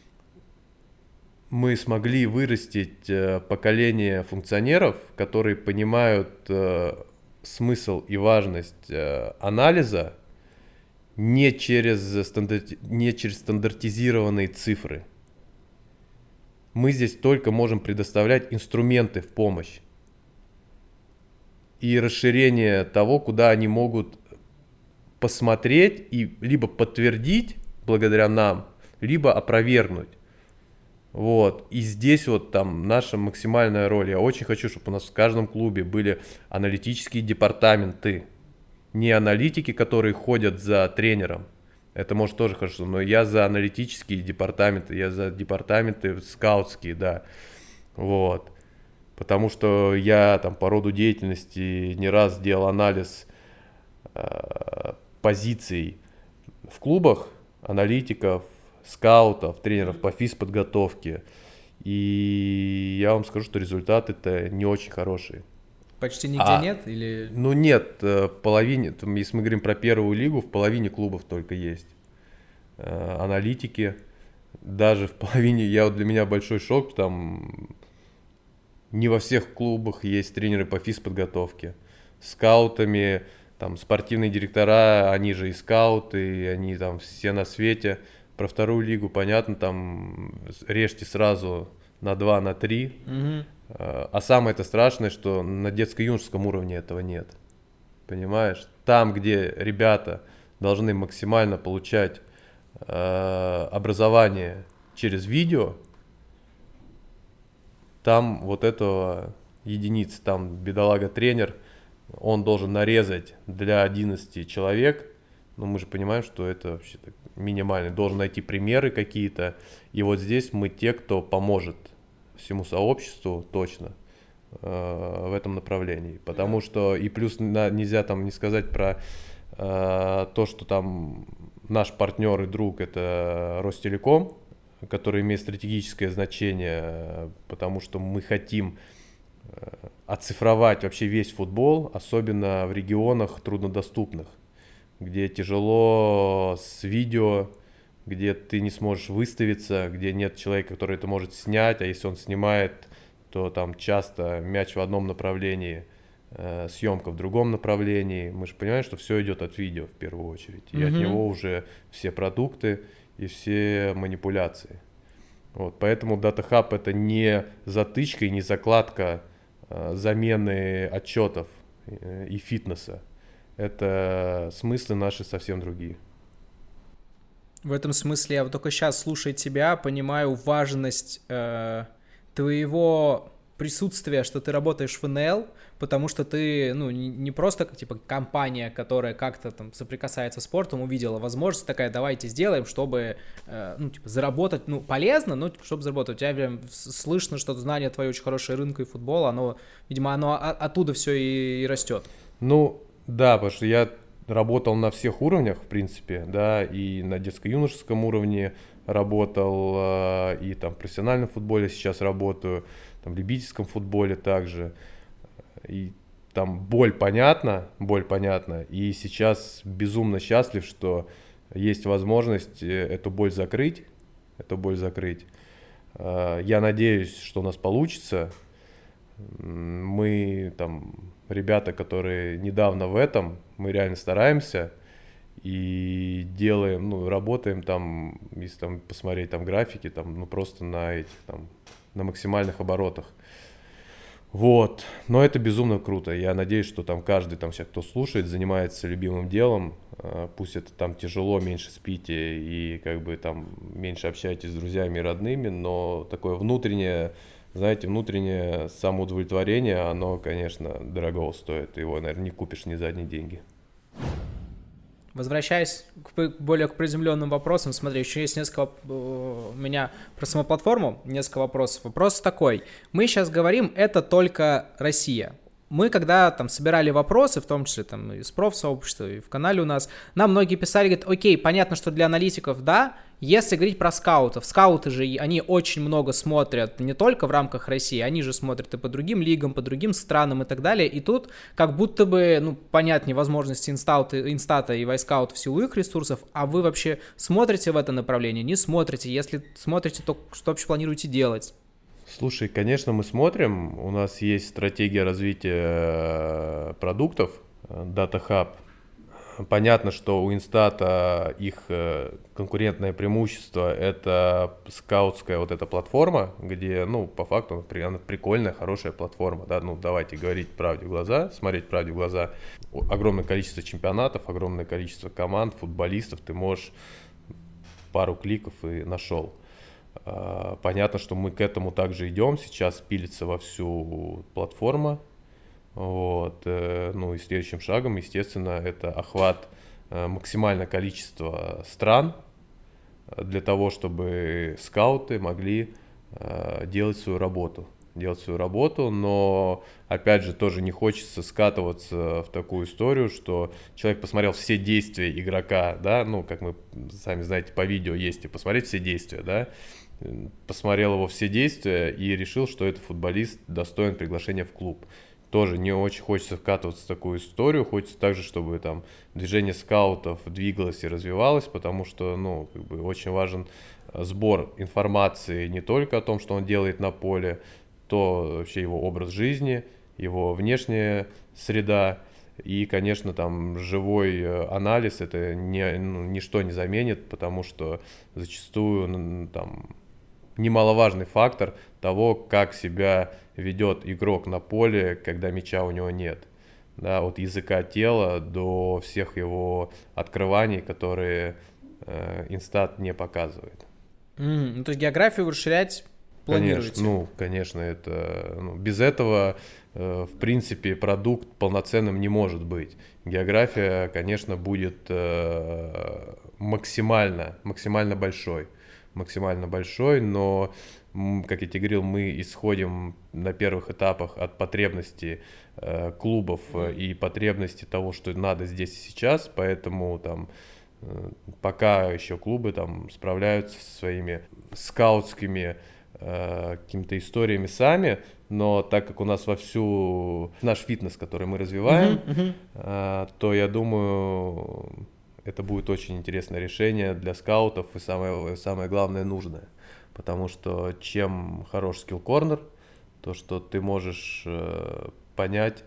S2: мы смогли вырастить поколение функционеров, которые понимают смысл и важность анализа не через стандартизированные цифры. Мы здесь только можем предоставлять инструменты в помощь и расширение того, куда они могут посмотреть и либо подтвердить благодаря нам, либо опровергнуть. Вот. И здесь вот там наша максимальная роль. Я очень хочу, чтобы у нас в каждом клубе были аналитические департаменты. Не аналитики, которые ходят за тренером. Это может тоже хорошо, но я за аналитические департаменты, я за департаменты скаутские, да. Вот. Потому что я там по роду деятельности не раз делал анализ позиций в клубах, аналитиков, скаутов, тренеров по физподготовке. И я вам скажу, что результаты-то не очень хорошие.
S1: Почти нигде нет? Или...
S2: Ну нет, в половине, там, если мы говорим про первую лигу, в половине клубов только есть аналитики. Даже в половине, для меня большой шок, там не во всех клубах есть тренеры по физподготовке. Скаутами, там спортивные директора, они же и скауты, и они там все на свете. Про вторую лигу, понятно, там режьте сразу на 2, на 3.
S1: Угу.
S2: А самое это страшное, что на детско-юношеском уровне этого нет. Понимаешь? Там, где ребята должны максимально получать образование через видео, там вот этого единицы, там бедолага-тренер, он должен нарезать для 11 человек. Но мы же понимаем, что это вообще так минимально. Должен найти примеры какие-то. И вот здесь мы те, кто поможет всему сообществу точно в этом направлении. Потому что и плюс нельзя там не сказать про то, что там наш партнер и друг это Ростелеком, который имеет стратегическое значение, потому что мы хотим оцифровать вообще весь футбол, особенно в регионах труднодоступных, где тяжело с видео, где ты не сможешь выставиться, где нет человека, который это может снять, а если он снимает, то там часто мяч в одном направлении, съемка в другом направлении. Мы же понимаем, что все идет от видео в первую очередь, и от него уже все продукты и все манипуляции. Вот, поэтому Data Hub это не затычка и не закладка замены отчетов и фитнеса. Это смыслы наши совсем другие.
S1: В этом смысле я вот только сейчас, слушая тебя, понимаю важность твоего присутствия, что ты работаешь в НЛ, потому что ты, не просто типа компания, которая как-то там соприкасается с спортом, увидела возможность такая, давайте сделаем, чтобы, заработать, полезно, но чтобы заработать. У тебя прям слышно, что знание твое очень хорошее рынка и футбола, оно оттуда все и растет.
S2: Да, потому что я работал на всех уровнях, в принципе, да, и на детско-юношеском уровне работал, и там в профессиональном футболе сейчас работаю, там в любительском футболе также. И там боль понятна, и сейчас безумно счастлив, что есть возможность эту боль закрыть. Я надеюсь, что у нас получится. Мы там ребята, которые недавно в этом, мы реально стараемся и делаем, работаем там, если там посмотреть там графики, там, просто на этих там, на максимальных оборотах. Вот, но это безумно круто. Я надеюсь, что там каждый там сейчас, кто слушает, занимается любимым делом. Пусть это там тяжело, меньше спите и как бы там меньше общаетесь с друзьями и родными, но такое внутреннее самоудовлетворение, оно, конечно, дорого стоит. Его, наверное, не купишь ни за одни деньги.
S1: Возвращаясь более к приземленным вопросам, смотри, еще есть несколько у меня про саму платформу, несколько вопросов. Вопрос такой. Мы сейчас говорим, это только Россия. мы когда там собирали вопросы, в том числе там из профсообщества, и в канале у нас, нам многие писали, говорят, окей, понятно, что для аналитиков, да, если говорить про скаутов, скауты же, они очень много смотрят не только в рамках России, они же смотрят и по другим лигам, по другим странам и так далее, и тут как будто бы, ну, понятнее возможности инстата и вайскаут в силу их ресурсов, а вы вообще смотрите в это направление, не смотрите, если смотрите, то что вообще планируете делать?
S2: Слушай, конечно, мы смотрим, у нас есть стратегия развития продуктов, Data Hub. Понятно, что у Инстата их конкурентное преимущество — это скаутская вот эта платформа, где, ну, по факту она прикольная, хорошая платформа, да, ну, давайте говорить правде в глаза, смотреть правде в глаза. Огромное количество чемпионатов, огромное количество команд, футболистов, ты можешь пару кликов и нашел. Понятно, что мы к этому также идем, сейчас пилится вовсю платформа. Вот. Ну и следующим шагом, естественно, это охват максимального количества стран для того, чтобы скауты могли делать свою работу. Но, опять же, тоже не хочется скатываться в такую историю, что человек посмотрел все действия игрока, да, ну, как мы сами знаете, по видео есть и посмотреть все действия, да, посмотрел его все действия и решил, что этот футболист достоин приглашения в клуб. Тоже не очень хочется вкатываться в такую историю, хочется также, чтобы там движение скаутов двигалось и развивалось, потому что, ну, как бы очень важен сбор информации не только о том, что он делает на поле, то вообще его образ жизни, его внешняя среда и, конечно, там живой анализ это ничто не заменит, потому что зачастую там немаловажный фактор того, как себя ведет игрок на поле, когда мяча у него нет. Да, от языка тела до всех его открываний, которые Инстат не показывает.
S1: Ну, то есть географию расширять планируете?
S2: Конечно, это, без этого, в принципе, продукт полноценным не может быть. География, конечно, будет максимально большой, но, как я тебе говорил, мы исходим на первых этапах от потребностей клубов и потребностей того, что надо здесь и сейчас, поэтому там пока еще клубы там справляются со своими скаутскими какими-то историями сами, но так как у нас вовсю наш фитнес, который мы развиваем, то я думаю, это будет очень интересное решение для скаутов и самое главное нужное, потому что чем хорош скилл-корнер, то что ты можешь понять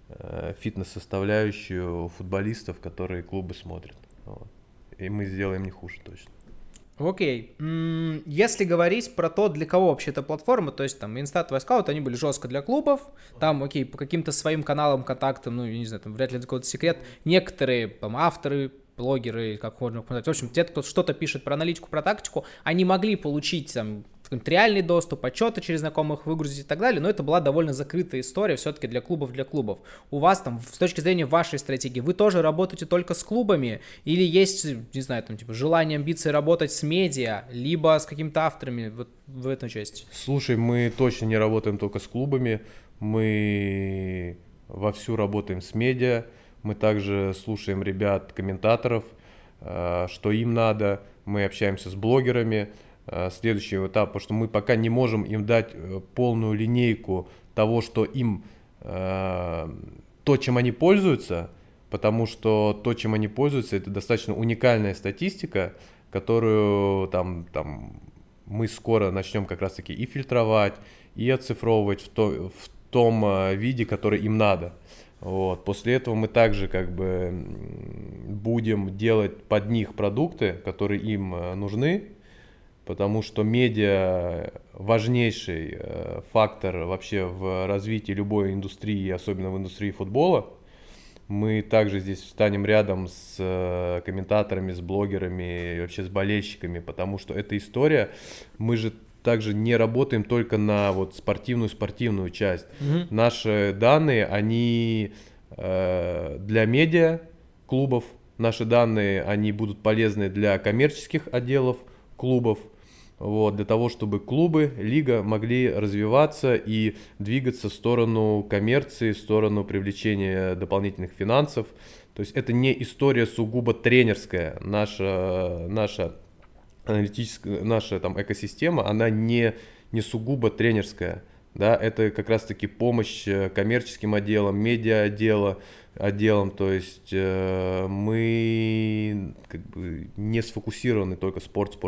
S2: фитнес-составляющую футболистов, которые клубы смотрят. Вот. И мы сделаем не хуже точно.
S1: Окей. Если говорить про то, для кого вообще эта платформа, то есть там Инстат, Вайскаут, они были жестко для клубов, там, окей, по каким-то своим каналам, контактам, ну, я не знаю, там вряд ли это какой-то секрет, некоторые там авторы, блогеры, как можно сказать, в общем, те, кто что-то пишет про аналитику, про тактику, они могли получить там реальный доступ, отчеты через знакомых выгрузить и так далее, но это была довольно закрытая история все-таки для клубов. У вас там, с точки зрения вашей стратегии, вы тоже работаете только с клубами или есть, не знаю, там типа желание, амбиции работать с медиа, либо с какими-то авторами вот в этой части?
S2: Слушай, мы точно не работаем только с клубами, мы вовсю работаем с медиа, мы также слушаем ребят, комментаторов, что им надо, мы общаемся с блогерами. Следующий этап, потому что мы пока не можем им дать полную линейку того, что им, то, чем они пользуются, потому что то, чем они пользуются, это достаточно уникальная статистика, которую там мы скоро начнем как раз-таки и фильтровать, и оцифровывать в том виде, который им надо. Вот. После этого мы также как бы будем делать под них продукты, которые им нужны, потому что медиа важнейший фактор вообще в развитии любой индустрии, особенно в индустрии футбола. Мы также здесь встанем рядом с комментаторами, с блогерами и вообще с болельщиками, потому что эта история, мы же также не работаем только на вот спортивную часть. Наши данные, они для медиа клубов, наши данные, они будут полезны для коммерческих отделов клубов. вот, для того, чтобы клубы, лига могли развиваться и двигаться в сторону коммерции, в сторону привлечения дополнительных финансов. То есть это не история сугубо тренерская. Наша аналитическая, наша там экосистема, она не сугубо тренерская. Да, это как раз-таки помощь коммерческим отделам, отделам, то есть мы как бы не сфокусированы только спорт.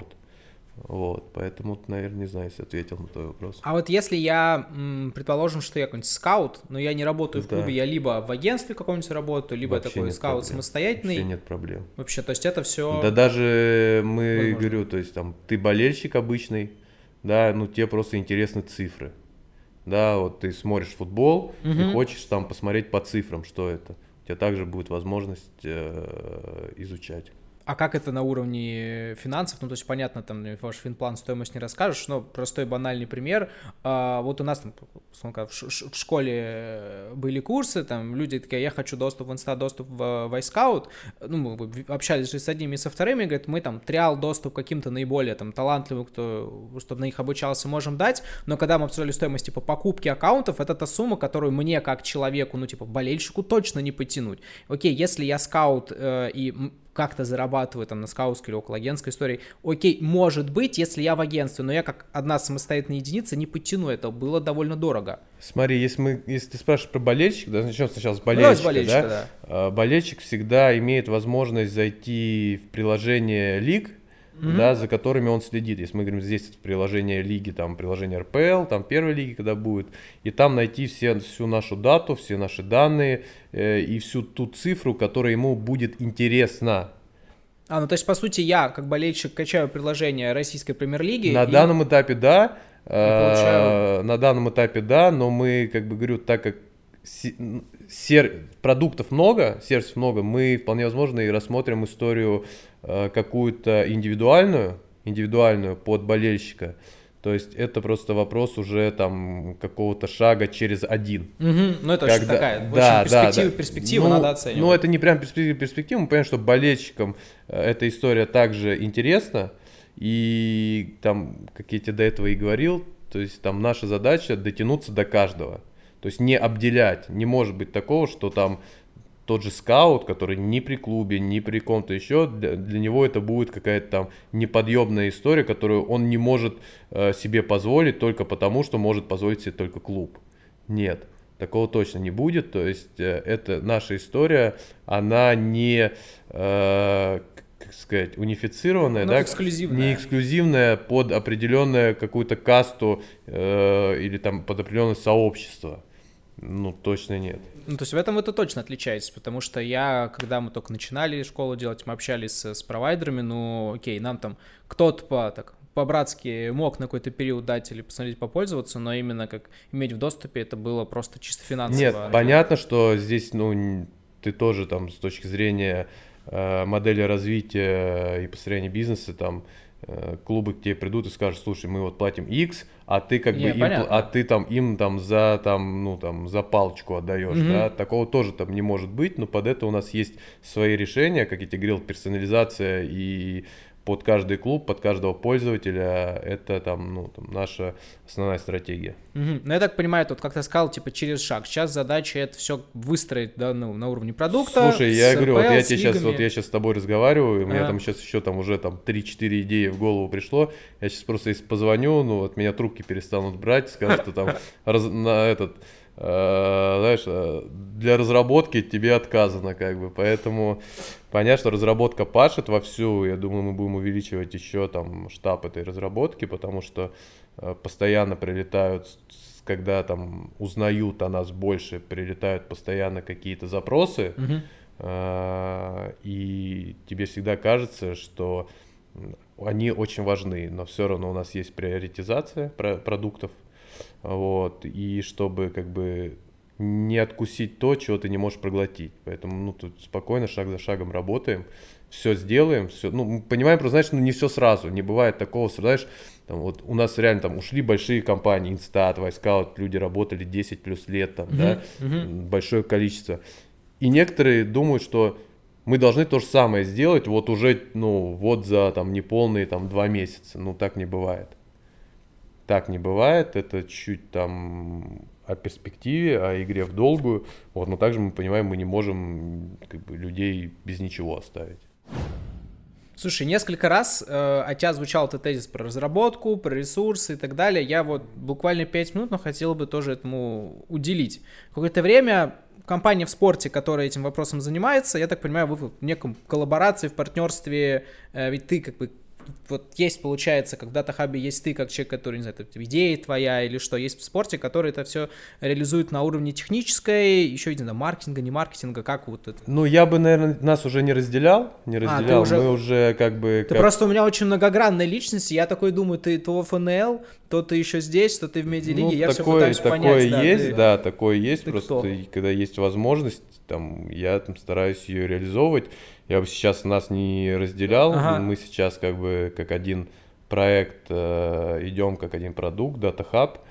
S2: Вот, поэтому, наверное, не знаю, если ответил на твой вопрос.
S1: А вот если я, предположим, что я какой-нибудь скаут, но я не работаю в клубе, я либо в агентстве каком-нибудь работаю, либо вообще такой скаут проблем. Самостоятельный.
S2: Вообще нет проблем.
S1: Вообще, то есть это все...
S2: Да даже мы, говорю, то есть там ты болельщик обычный, да, ну тебе просто интересны цифры. Да, вот ты смотришь футбол и хочешь там посмотреть по цифрам, что это. У тебя также будет возможность изучать.
S1: А как это на уровне финансов? Ну, то есть, понятно, там, ваш финплан, стоимость не расскажешь, но простой банальный пример. Вот у нас там, в школе были курсы, там, люди такие, я хочу доступ в инста, доступ в iScout. Ну, мы общались же с одними и со вторыми, говорят, мы там триал доступ к каким-то наиболее там талантливым, кто, чтобы на них обучался, можем дать, но когда мы обсуждали стоимость, типа, покупки аккаунтов, это та сумма, которую мне, как человеку, ну, типа, болельщику точно не потянуть. Окей, если я скаут и как-то зарабатываю там на скаутской или около агентской истории, окей, может быть, если я в агентстве, но я как одна самостоятельная единица не подтяну, это было довольно дорого.
S2: Смотри, если ты спрашиваешь про болельщика, да, начнем сначала с болельщика, да? Болельщик всегда имеет возможность зайти в приложение лиг, да, за которыми он следит. Если мы говорим, здесь приложение лиги, там приложение РПЛ, там первой лиги, когда будет, и там найти всю нашу дату, все наши данные и всю ту цифру, которая ему будет интересна.
S1: Ну то есть, по сути, я, как болельщик, качаю приложение российской премьер-лиги.
S2: На данном этапе да, на данном этапе да, но мы, как бы говорю, так как продуктов много, сервисов много, мы вполне возможно и рассмотрим историю какую-то индивидуальную под болельщика. То есть это просто вопрос уже там какого-то шага через один.
S1: Ну это очень такая, очень перспектива надо оценивать.
S2: Ну это не прям перспектива, мы понимаем, что болельщикам эта история также интересна. И там, как я тебе до этого и говорил, то есть там наша задача дотянуться до каждого. То есть не обделять. Не может быть такого, что там тот же скаут, который ни при клубе, ни при ком-то еще, для него это будет какая-то там неподъемная история, которую он не может себе позволить только потому, что может позволить себе только клуб. Нет, такого точно не будет. То есть это наша история, она не, как сказать, унифицированная, да, не эксклюзивная под определенную какую-то касту или там под определенное сообщество. Ну, точно нет.
S1: Ну, то есть в этом это точно отличается, потому что когда мы только начинали школу делать, мы общались с провайдерами, ну, окей, нам там кто-то по-братски мог на какой-то период дать или посмотреть, попользоваться, но именно как иметь в доступе это было просто чисто финансово.
S2: Нет, понятно, что здесь, ну, ты тоже там с точки зрения модели развития и построения бизнеса, там, клубы к тебе придут и скажут, слушай, мы вот платим X, а ты как бы ты там им там за палочку отдаешь, да, такого тоже там не может быть, но под это у нас есть свои решения, как я тебе говорил, персонализация и под каждый клуб, под каждого пользователя, это там наша основная стратегия.
S1: Ну, я так понимаю, тут, как ты сказал, типа через шаг. Сейчас задача это все выстроить, да, на уровне продукта.
S2: Слушай, я говорю, я сейчас с тобой разговариваю, у меня там сейчас еще там уже там 3-4 идеи в голову пришло. Я сейчас просто если позвоню, от меня трубки перестанут брать, скажут, что там знаешь, для разработки тебе отказано, как бы, поэтому понятно, что разработка пашет вовсю, я думаю, мы будем увеличивать еще там штаб этой разработки, потому что постоянно прилетают, когда там узнают о нас больше, прилетают постоянно какие-то запросы, и тебе всегда кажется, что они очень важны, но все равно у нас есть приоритизация продуктов. Вот, и чтобы как бы не откусить то, чего ты не можешь проглотить. Поэтому тут спокойно, шаг за шагом работаем, все сделаем, все, мы понимаем, просто, знаешь, не все сразу, не бывает такого, знаешь, там, вот у нас реально там ушли большие компании, Инстат, Вайскаут, люди работали 10 плюс лет, там, большое количество. И некоторые думают, что Мы должны то же самое сделать вот уже, вот за там неполные там 2 месяца. Так не бывает. Так не бывает, это чуть там о перспективе, о игре в долгую. Вот, но также мы понимаем, мы не можем людей без ничего оставить.
S1: Слушай, несколько раз от тебя звучал этот тезис про разработку, про ресурсы и так далее. Я вот буквально 5 минут, но хотел бы тоже этому уделить. Какое-то время компания в спорте, которая этим вопросом занимается, я так понимаю, вы в неком коллаборации, в партнерстве, ведь ты вот есть, получается, как в Data Hub есть ты, как человек, который, не знаю, это идея твоя или что, есть в спорте, который это все реализует на уровне технической, еще, не знаю, маркетинга, не маркетинга, как вот это?
S2: Я бы, наверное, нас уже не разделял, мы уже
S1: Ты просто у меня очень многогранная личность, я такой думаю, ты то ФНЛ, то ты еще здесь, то ты в медиалиге, я все пытаюсь понять.
S2: Такое есть, просто когда есть возможность, я стараюсь ее реализовывать. Я бы сейчас нас не разделял, мы сейчас как один проект идем, как один продукт, Data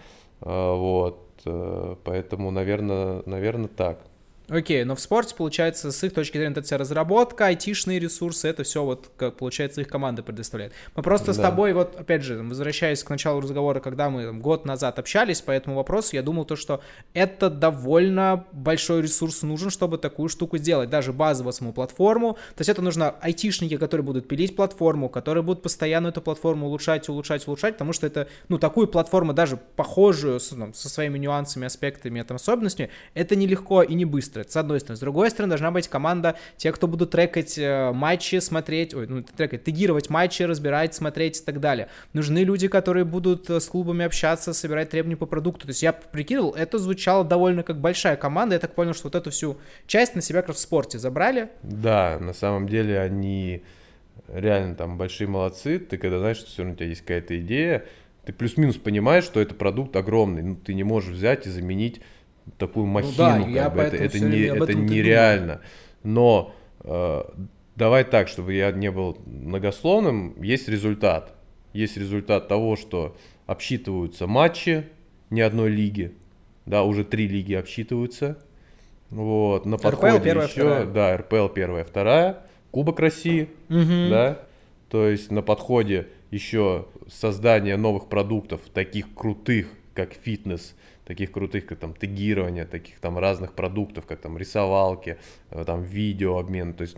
S2: Hub, поэтому, наверное, так.
S1: Окей, но в спорте, получается, с их точки зрения, это вся разработка, айтишные ресурсы, это все вот, как получается, их команда предоставляет. Мы просто с тобой, вот, опять же, возвращаясь к началу разговора, когда мы год назад общались по этому вопросу, я думал то, что это довольно большой ресурс нужен, чтобы такую штуку сделать, даже базовую саму платформу. То есть это нужно айтишники, которые будут пилить платформу, которые будут постоянно эту платформу улучшать, потому что это, такую платформу, даже похожую, со своими нюансами, аспектами, особенностями, это нелегко и не быстро. Это с одной стороны. С другой стороны, должна быть команда тех, кто будут трекать матчи, смотреть, тегировать матчи, разбирать, смотреть и так далее. Нужны люди, которые будут с клубами общаться, собирать требования по продукту. То есть я прикидывал, это звучало довольно как большая команда. Я так понял, что вот эту всю часть на себя как в спорте забрали.
S2: Да, на самом деле они реально там большие молодцы. Ты когда знаешь, что все равно у тебя есть какая-то идея, ты плюс-минус понимаешь, что это продукт огромный. Ты не можешь взять и заменить такую махину, это нереально. Но давай так, чтобы я не был многословным, есть результат. Есть результат того, что обсчитываются матчи не одной лиги, да, уже 3 лиги обсчитываются. На подходе
S1: РПЛ первая,
S2: еще,
S1: вторая.
S2: да, РПЛ первая, вторая, Кубок России, да, то есть на подходе еще создание новых продуктов, таких крутых, как фитнес, таких крутых, как тегирование, таких разных продуктов, как рисовалки, видеообмен. То есть,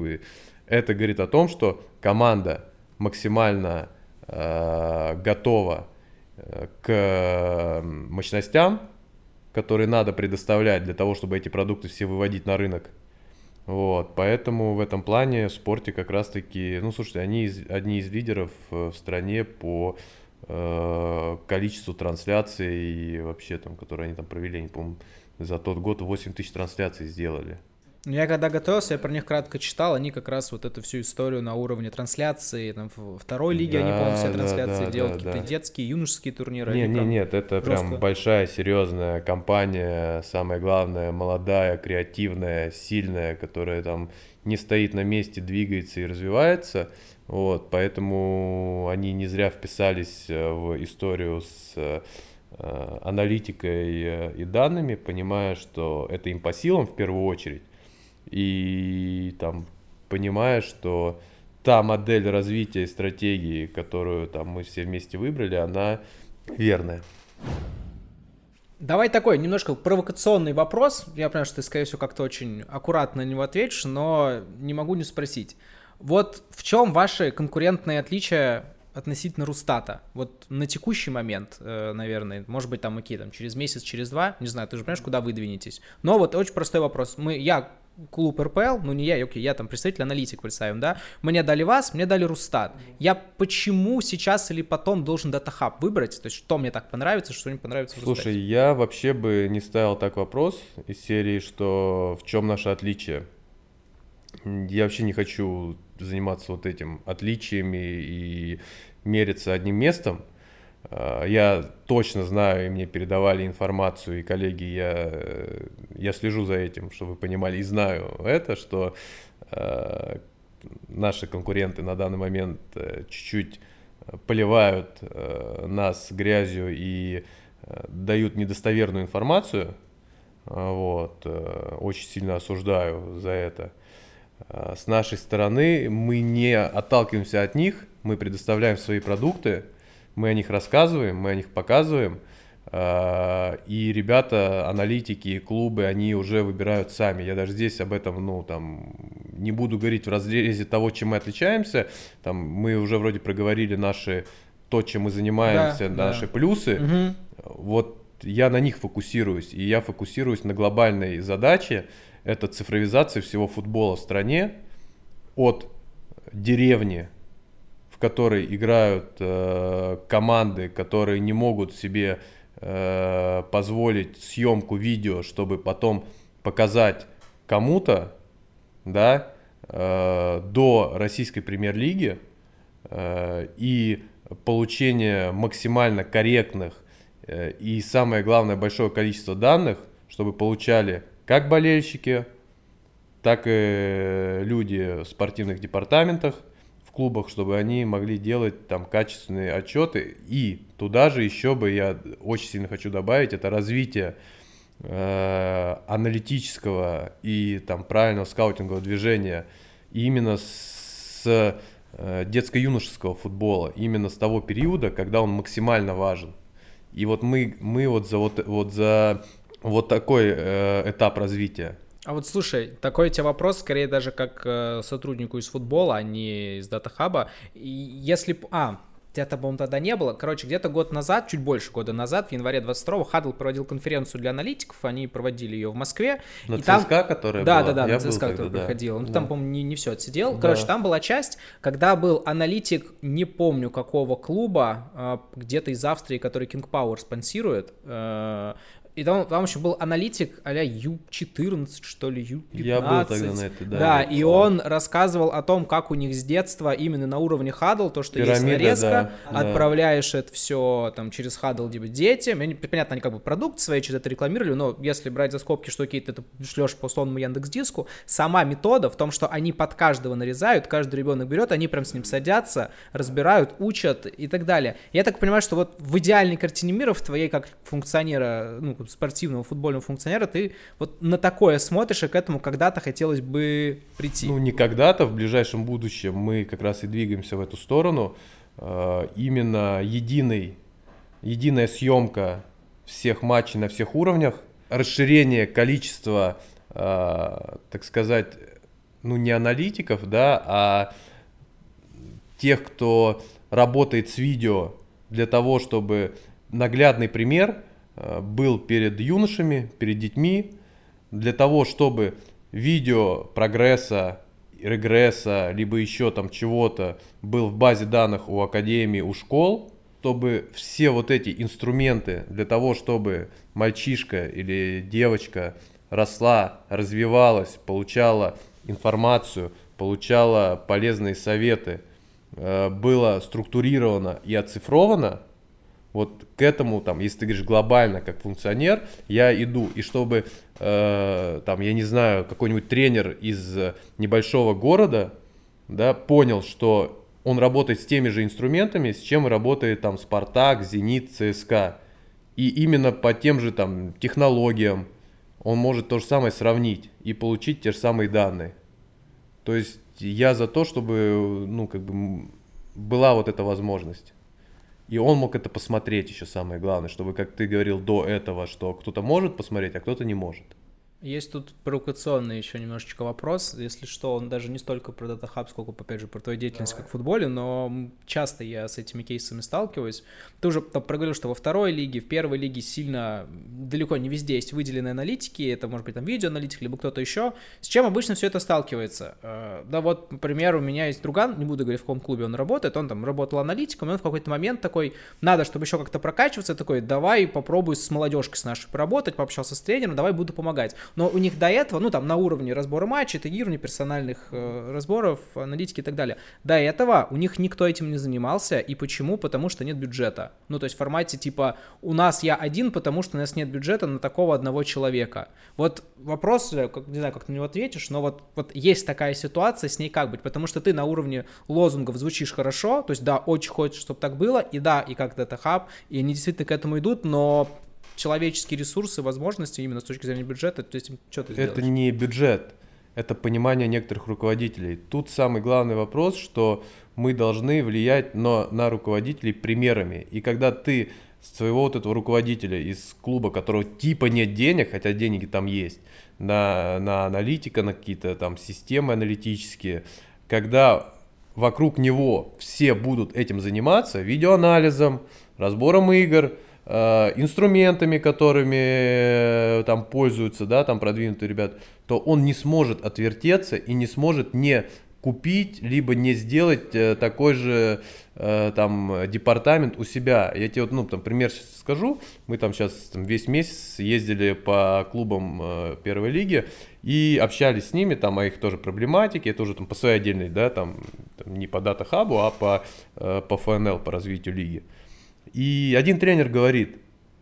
S2: это говорит о том, что команда максимально готова к мощностям, которые надо предоставлять для того, чтобы эти продукты все выводить на рынок. Поэтому в этом плане в спорте как раз-таки, слушайте, они одни из лидеров в стране по количеству трансляций и вообще которые они провели, не помню, за тот год 8 тысяч трансляций сделали.
S1: Я когда готовился, я про них кратко читал, они как раз вот эту всю историю на уровне трансляции, в второй лиге они, по-моему, все трансляции делают, какие-то детские, юношеские турниры.
S2: Нет, это прям большая, серьезная компания, самое главное, молодая, креативная, сильная, которая не стоит на месте, двигается и развивается. Поэтому они не зря вписались в историю с аналитикой и данными, понимая, что это им по силам в первую очередь, и понимая, что та модель развития и стратегии, которую мы все вместе выбрали, она верная.
S1: Давай такой немножко провокационный вопрос. Я понимаю, что ты, скорее всего, как-то очень аккуратно на него ответишь, но не могу не спросить. Вот в чем ваши конкурентные отличия относительно Рустата? Вот на текущий момент, наверное, может быть, через месяц, через 2, не знаю, ты же понимаешь, куда вы двинетесь. Но вот очень простой вопрос. Я клуб РПЛ, я представитель, аналитик, представим, да, мне дали вас, мне дали Рустат. Я почему сейчас или потом должен Data Hub выбрать? То есть, что мне так понравится, что не понравится в Рустате?
S2: Слушай, я вообще бы не ставил так вопрос из серии, что в чем наше отличие. Я вообще не хочу заниматься вот отличиями и мериться одним местом. Я точно знаю, и мне передавали информацию, и коллеги, я слежу за этим, чтобы вы понимали, и знаю что наши конкуренты на данный момент чуть-чуть поливают нас грязью и дают недостоверную информацию. Очень сильно осуждаю за это. С нашей стороны мы не отталкиваемся от них, мы предоставляем свои продукты, мы о них рассказываем, мы о них показываем, и ребята, аналитики и клубы, они уже выбирают сами. Я даже здесь об этом, не буду говорить в разрезе того, чем мы отличаемся. Там мы уже вроде проговорили то, чем мы занимаемся, наши плюсы. Вот я на них фокусируюсь, и я фокусируюсь на глобальной задаче. Это цифровизация всего футбола в стране, от деревни, в которой играют команды, которые не могут себе позволить съемку видео, чтобы потом показать кому-то, да, до российской премьер-лиги и получение максимально корректных и, самое главное, большое количество данных, чтобы получали как болельщики, так и люди в спортивных департаментах, в клубах, чтобы они могли делать там качественные отчеты. И туда же еще бы я очень сильно хочу добавить, это развитие аналитического и там правильного скаутингового движения именно с детско-юношеского футбола, именно с того периода, когда он максимально важен. И вот мы вот за такой этап развития.
S1: А вот слушай, такой у тебя вопрос, скорее даже как сотруднику из футбола, а не из дата-хаба. Если... тебя-то, по-моему, тогда не было. Короче, где-то год назад, чуть больше года назад, в январе 22-го, Хадл проводил конференцию для аналитиков, они проводили ее в Москве.
S2: На ЦСКА, которая была?
S1: Да, на ЦСКА, которая проходила.
S2: Да.
S1: Там, по-моему, не все отсидел. Короче, там была часть, когда был аналитик, не помню какого клуба, где-то из Австрии, который King Power спонсирует. И там еще был аналитик а-ля Ю-14, что ли, Ю-15.
S2: Я был тогда на это, да.
S1: Да, и он рассказывал о том, как у них с детства именно на уровне Хадл, то, что есть нарезка, отправляешь это все там через Хадл детям. Понятно, они как бы продукт свои через это рекламировали, но если брать за скобки, что какие-то ты шлешь по условному Яндекс.Диску, сама метода в том, что они под каждого нарезают, каждый ребенок берет, они прям с ним садятся, разбирают, учат и так далее. Я так понимаю, что вот в идеальной картине мира, в твоей как функционера, спортивного футбольного функционера, ты вот на такое смотришь, и к этому когда-то хотелось бы прийти.
S2: Не когда-то, в ближайшем будущем мы как раз и двигаемся в эту сторону. Именно единая съемка всех матчей на всех уровнях, расширение количества, так сказать, не аналитиков, да, а тех, кто работает с видео для того, чтобы наглядный пример был перед юношами, перед детьми, для того, чтобы видео прогресса, регресса, либо еще там чего-то был в базе данных у академий, у школ, чтобы все вот эти инструменты для того, чтобы мальчишка или девочка росла, развивалась, получала информацию, получала полезные советы, было структурировано и оцифровано. Вот к этому, если ты говоришь глобально, как функционер, я иду. И чтобы, я не знаю, какой-нибудь тренер из небольшого города, да, понял, что он работает с теми же инструментами, с чем работает там Спартак, Зенит, ЦСКА. И именно по тем же технологиям он может то же самое сравнить и получить те же самые данные. То есть я за то, чтобы была вот эта возможность. И он мог это посмотреть еще, самое главное, чтобы, как ты говорил до этого, что кто-то может посмотреть, а кто-то не может.
S1: Есть тут провокационный еще немножечко вопрос, если что, он даже не столько про Data Hub, сколько, опять же, про твою деятельность как в футболе, но часто я с этими кейсами сталкиваюсь. Ты уже проговорил, что во второй лиге, в первой лиге сильно, далеко не везде есть выделенные аналитики, это может быть там видеоаналитик, либо кто-то еще. С чем обычно все это сталкивается? Да вот, например, у меня есть друган, не буду говорить, в каком клубе он работает, он там работал аналитиком, и он в какой-то момент такой, надо, чтобы еще как-то прокачиваться, такой, давай попробуй с молодежкой с нашей поработать, пообщался с тренером, давай буду помогать. Но у них до этого, на уровне разбора матчей, тегирования, персональных разборов, аналитики и так далее, до этого у них никто этим не занимался. И почему? Потому что нет бюджета. То есть в формате типа у нас я один, потому что у нас нет бюджета на такого одного человека. Вот вопрос, не знаю, как ты на него ответишь, но вот есть такая ситуация, с ней как быть? Потому что ты на уровне лозунгов звучишь хорошо, то есть да, очень хочешь, чтобы так было, и да, и как Data Hub, и они действительно к этому идут, но человеческие ресурсы, возможности именно с точки зрения бюджета, то есть что ты сделаешь?
S2: Это не бюджет, это понимание некоторых руководителей. Тут самый главный вопрос, что мы должны влиять на руководителей примерами. И когда ты своего вот этого руководителя из клуба, которого типа нет денег, хотя деньги там есть, на аналитика, на какие-то там системы аналитические, когда вокруг него все будут этим заниматься, видеоанализом, разбором игр, инструментами, которыми там пользуются, да, там продвинутые ребята, то он не сможет отвертеться и не сможет не купить, либо не сделать такой же там департамент у себя. Я тебе вот, ну, там, пример сейчас скажу. Мы там сейчас весь месяц ездили по клубам первой лиги и общались с ними там о их тоже проблематике, тоже там по своей отдельной, да, там не по дата-хабу, а по ФНЛ, по развитию лиги. И один тренер говорит,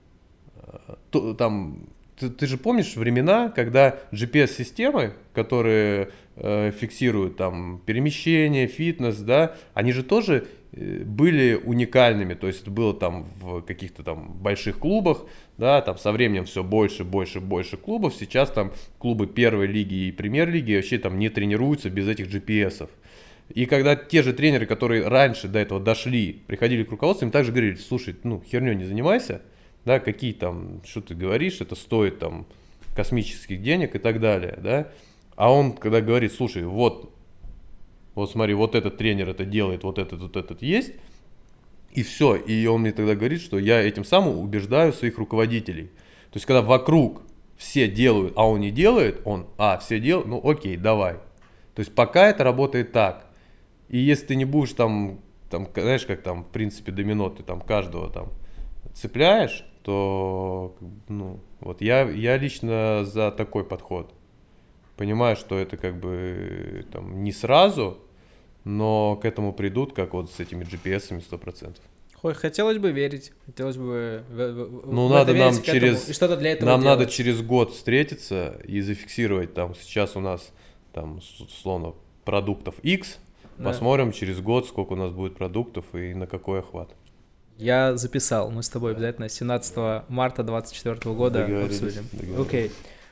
S2: там, ты же помнишь времена, когда GPS-системы, которые фиксируют там перемещение, фитнес, да, они же тоже были уникальными, то есть это было там в каких-то там больших клубах, да, там со временем все больше клубов, сейчас там клубы первой лиги и премьер-лиги вообще там не тренируются без этих GPS-ов. И когда те же тренеры, которые раньше до этого дошли, приходили к руководству, им также говорили, слушай, ну херней не занимайся, да, какие там, что ты говоришь, это стоит там космических денег и так далее, да. А он, когда говорит, слушай, вот смотри, вот этот тренер это делает, вот этот есть, и все. И он мне тогда говорит, что я этим самым убеждаю своих руководителей. То есть, когда вокруг все делают, а он не делает, все делают, ну окей, давай. То есть, пока это работает так. И если ты не будешь там, знаешь, как там, в принципе, домино, ты там каждого там цепляешь, то, ну, вот я лично за такой подход. Понимаю, что это как бы там не сразу, но к этому придут, как вот с этими GPS-ами 100%.
S1: Хотелось бы верить, хотелось бы
S2: ну, надо нам через,
S1: и что-то для этого
S2: нам
S1: делать.
S2: надо через год встретиться и зафиксировать там, сейчас у нас там, условно, продуктов X, да. Посмотрим через год, сколько у нас будет продуктов и на какой охват.
S1: Я записал, мы с тобой обязательно 17 марта 2024 года обсудим. Окей.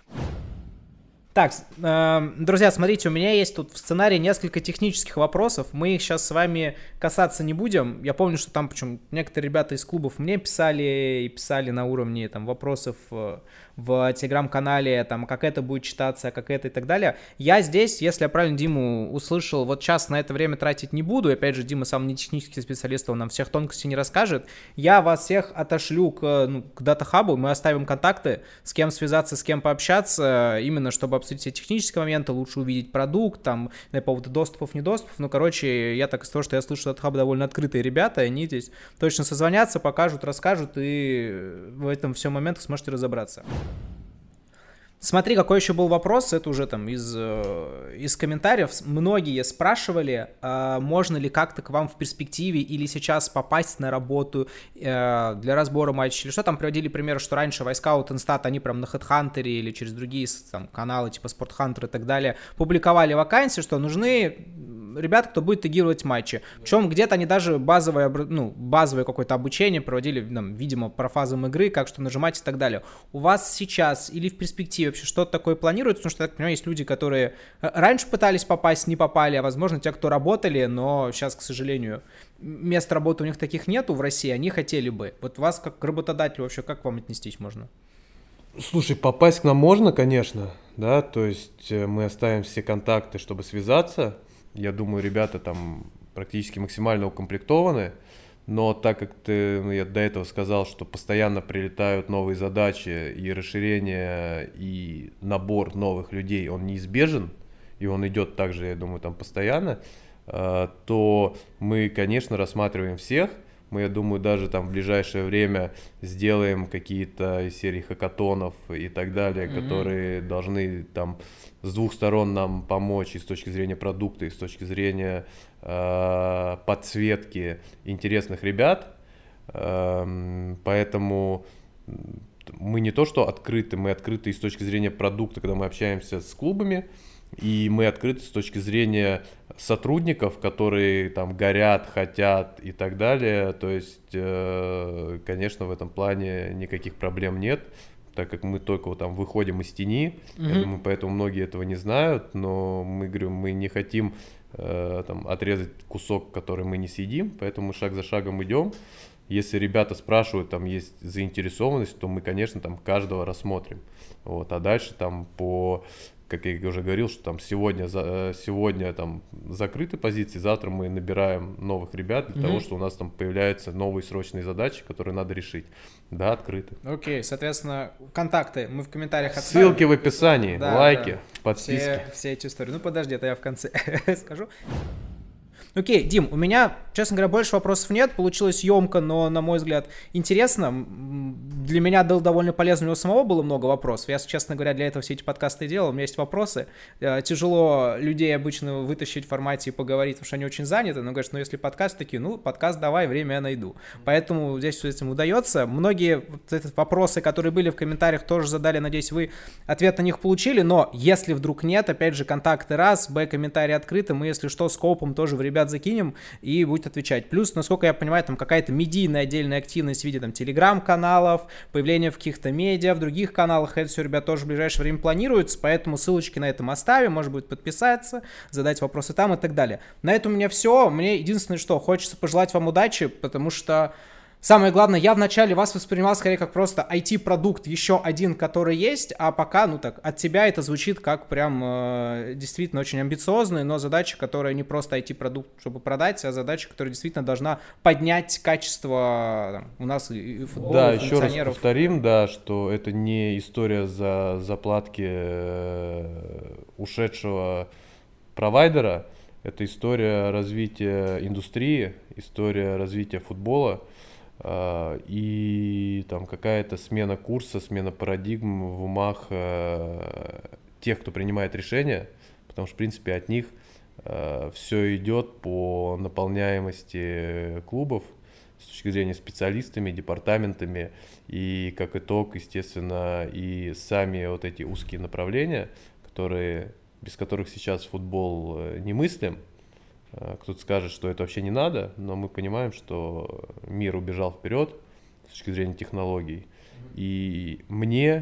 S1: Так, друзья, смотрите, у меня есть тут в сценарии несколько технических вопросов. Мы их сейчас с вами касаться не будем. Я помню, что там, причем, некоторые ребята из клубов мне писали и писали на уровне там вопросов в телеграм-канале, там, как это будет читаться, как это и так далее. Я здесь, если я правильно Диму услышал, вот сейчас на это время тратить не буду. И, опять же, Дима сам не технический специалист, он нам всех тонкостей не расскажет. Я вас всех отошлю к дата-хабу, мы оставим контакты, с кем связаться, с кем пообщаться, именно чтобы обсудить все технические моменты, лучше увидеть продукт, там, по поводу доступов, недоступов. Ну, короче, я так из того, что я слышу, дата-хаб довольно открытые ребята, они здесь точно созвонятся, покажут, расскажут, и в этом всем моменте сможете разобраться. Смотри, какой еще был вопрос, это уже там из комментариев. Многие спрашивали, можно ли как-то к вам в перспективе или сейчас попасть на работу для разбора матчей, или что там приводили примеры, что раньше Вайскаут, Инстат, они прям на HeadHunter или через другие там каналы типа SportHunter и так далее публиковали вакансии, что нужны ребята, кто будет тегировать матчи. Причем где-то они даже базовое какое-то обучение проводили, видимо, по фазам игры, как что нажимать и так далее. У вас сейчас или в перспективе вообще что-то такое планируется? Потому что, я так понимаю, есть люди, которые раньше пытались попасть, не попали, а, возможно, те, кто работали, но сейчас, к сожалению, мест работы у них таких нету в России, они хотели бы. Вот вас, как к работодателю, вообще как к вам отнестись можно?
S2: Слушай, попасть к нам можно, конечно, да, то есть мы оставим все контакты, чтобы связаться. Я думаю, ребята там практически максимально укомплектованы, но так как я до этого сказал, что постоянно прилетают новые задачи и расширение, и набор новых людей, он неизбежен, и он идет также, я думаю, там постоянно, то мы, конечно, рассматриваем всех. Мы, я думаю, даже там в ближайшее время сделаем какие-то серии хакатонов и так далее, которые должны там с двух сторон нам помочь и с точки зрения продукта, и с точки зрения подсветки интересных ребят. Поэтому мы не то что открыты, мы открыты и с точки зрения продукта, когда мы общаемся с клубами, и мы открыты с точки зрения сотрудников, которые там горят, хотят и так далее. То есть, конечно, в этом плане никаких проблем нет. так как мы только вот там выходим из тени, я думаю, поэтому многие этого не знают, но мы, говорю, мы не хотим там отрезать кусок, который мы не съедим, поэтому мы шаг за шагом идем. Если ребята спрашивают, там есть заинтересованность, то мы, конечно, там каждого рассмотрим. Вот, а дальше там как я уже говорил, что там сегодня там закрыты позиции, завтра мы набираем новых ребят для того, что у нас там появляются новые срочные задачи, которые надо решить. Да, открыты.
S1: Окей, соответственно, контакты мы в комментариях оставим.
S2: Ссылки в описании,
S1: да,
S2: лайки,
S1: да.
S2: подписки.
S1: Все эти истории. Ну, подожди, это я в конце скажу. Окей, Дим, у меня, честно говоря, больше вопросов нет. Получилось емко, но, на мой взгляд, интересно. Для меня было довольно полезно, у него самого было много вопросов. Я, честно говоря, для этого все эти подкасты делал. У меня есть вопросы. Тяжело людей обычно вытащить в формате и поговорить, потому что они очень заняты. Но говорят, если подкаст, такие, подкаст давай, время я найду. Поэтому здесь все этим удается. Многие вопросы, которые были в комментариях, тоже задали. Надеюсь, вы ответ на них получили. Но если вдруг нет, опять же, контакты раз, комментарии открыты. Мы, если что, скопом тоже в ребят закинем и будет отвечать. Плюс, насколько я понимаю, там какая-то медийная отдельная активность в виде там телеграм-каналов, появление в каких-то медиа, в других каналах, это все, ребят, тоже в ближайшее время планируется, поэтому ссылочки на этом оставим, можно будет подписаться, задать вопросы там и так далее. На этом у меня все. Мне единственное, что хочется пожелать вам удачи, потому что самое главное, я вначале вас воспринимал скорее как просто IT-продукт, еще один, который есть, а пока, от тебя это звучит как прям действительно очень амбициозная, но задача, которая не просто IT-продукт, чтобы продать, а задача, которая действительно должна поднять качество у нас и футбола,
S2: да,
S1: и функционеров.
S2: еще раз повторим, да, что это не история за заплатки ушедшего провайдера, это история развития индустрии, история развития футбола. И там какая-то смена курса, смена парадигм в умах тех, кто принимает решения, потому что, в принципе, от них все идет по наполняемости клубов с точки зрения специалистами, департаментами, и как итог, естественно, и сами вот эти узкие направления, без которых сейчас футбол немыслим. Кто-то скажет, что это вообще не надо, но мы понимаем, что мир убежал вперед с точки зрения технологий. И мне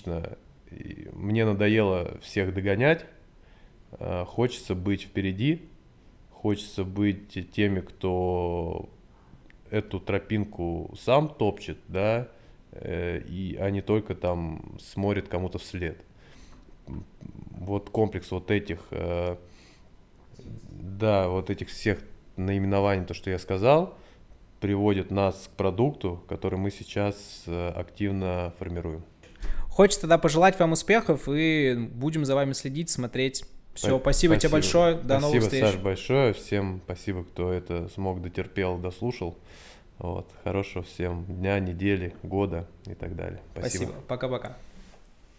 S2: надоело всех догонять. Хочется быть впереди, хочется быть теми, кто эту тропинку сам топчет, да, а не только там смотрит кому-то вслед. Вот комплекс вот этих всех наименований, то, что я сказал, приводит нас к продукту, который мы сейчас активно формируем.
S1: Хочется тогда пожелать вам успехов и будем за вами следить, смотреть. Все, спасибо тебе большое, до новых встреч.
S2: Спасибо, Саш, большое, всем спасибо, кто это смог, дотерпел, дослушал. Вот. Хорошего всем дня, недели, года и так далее.
S1: Спасибо. Пока-пока.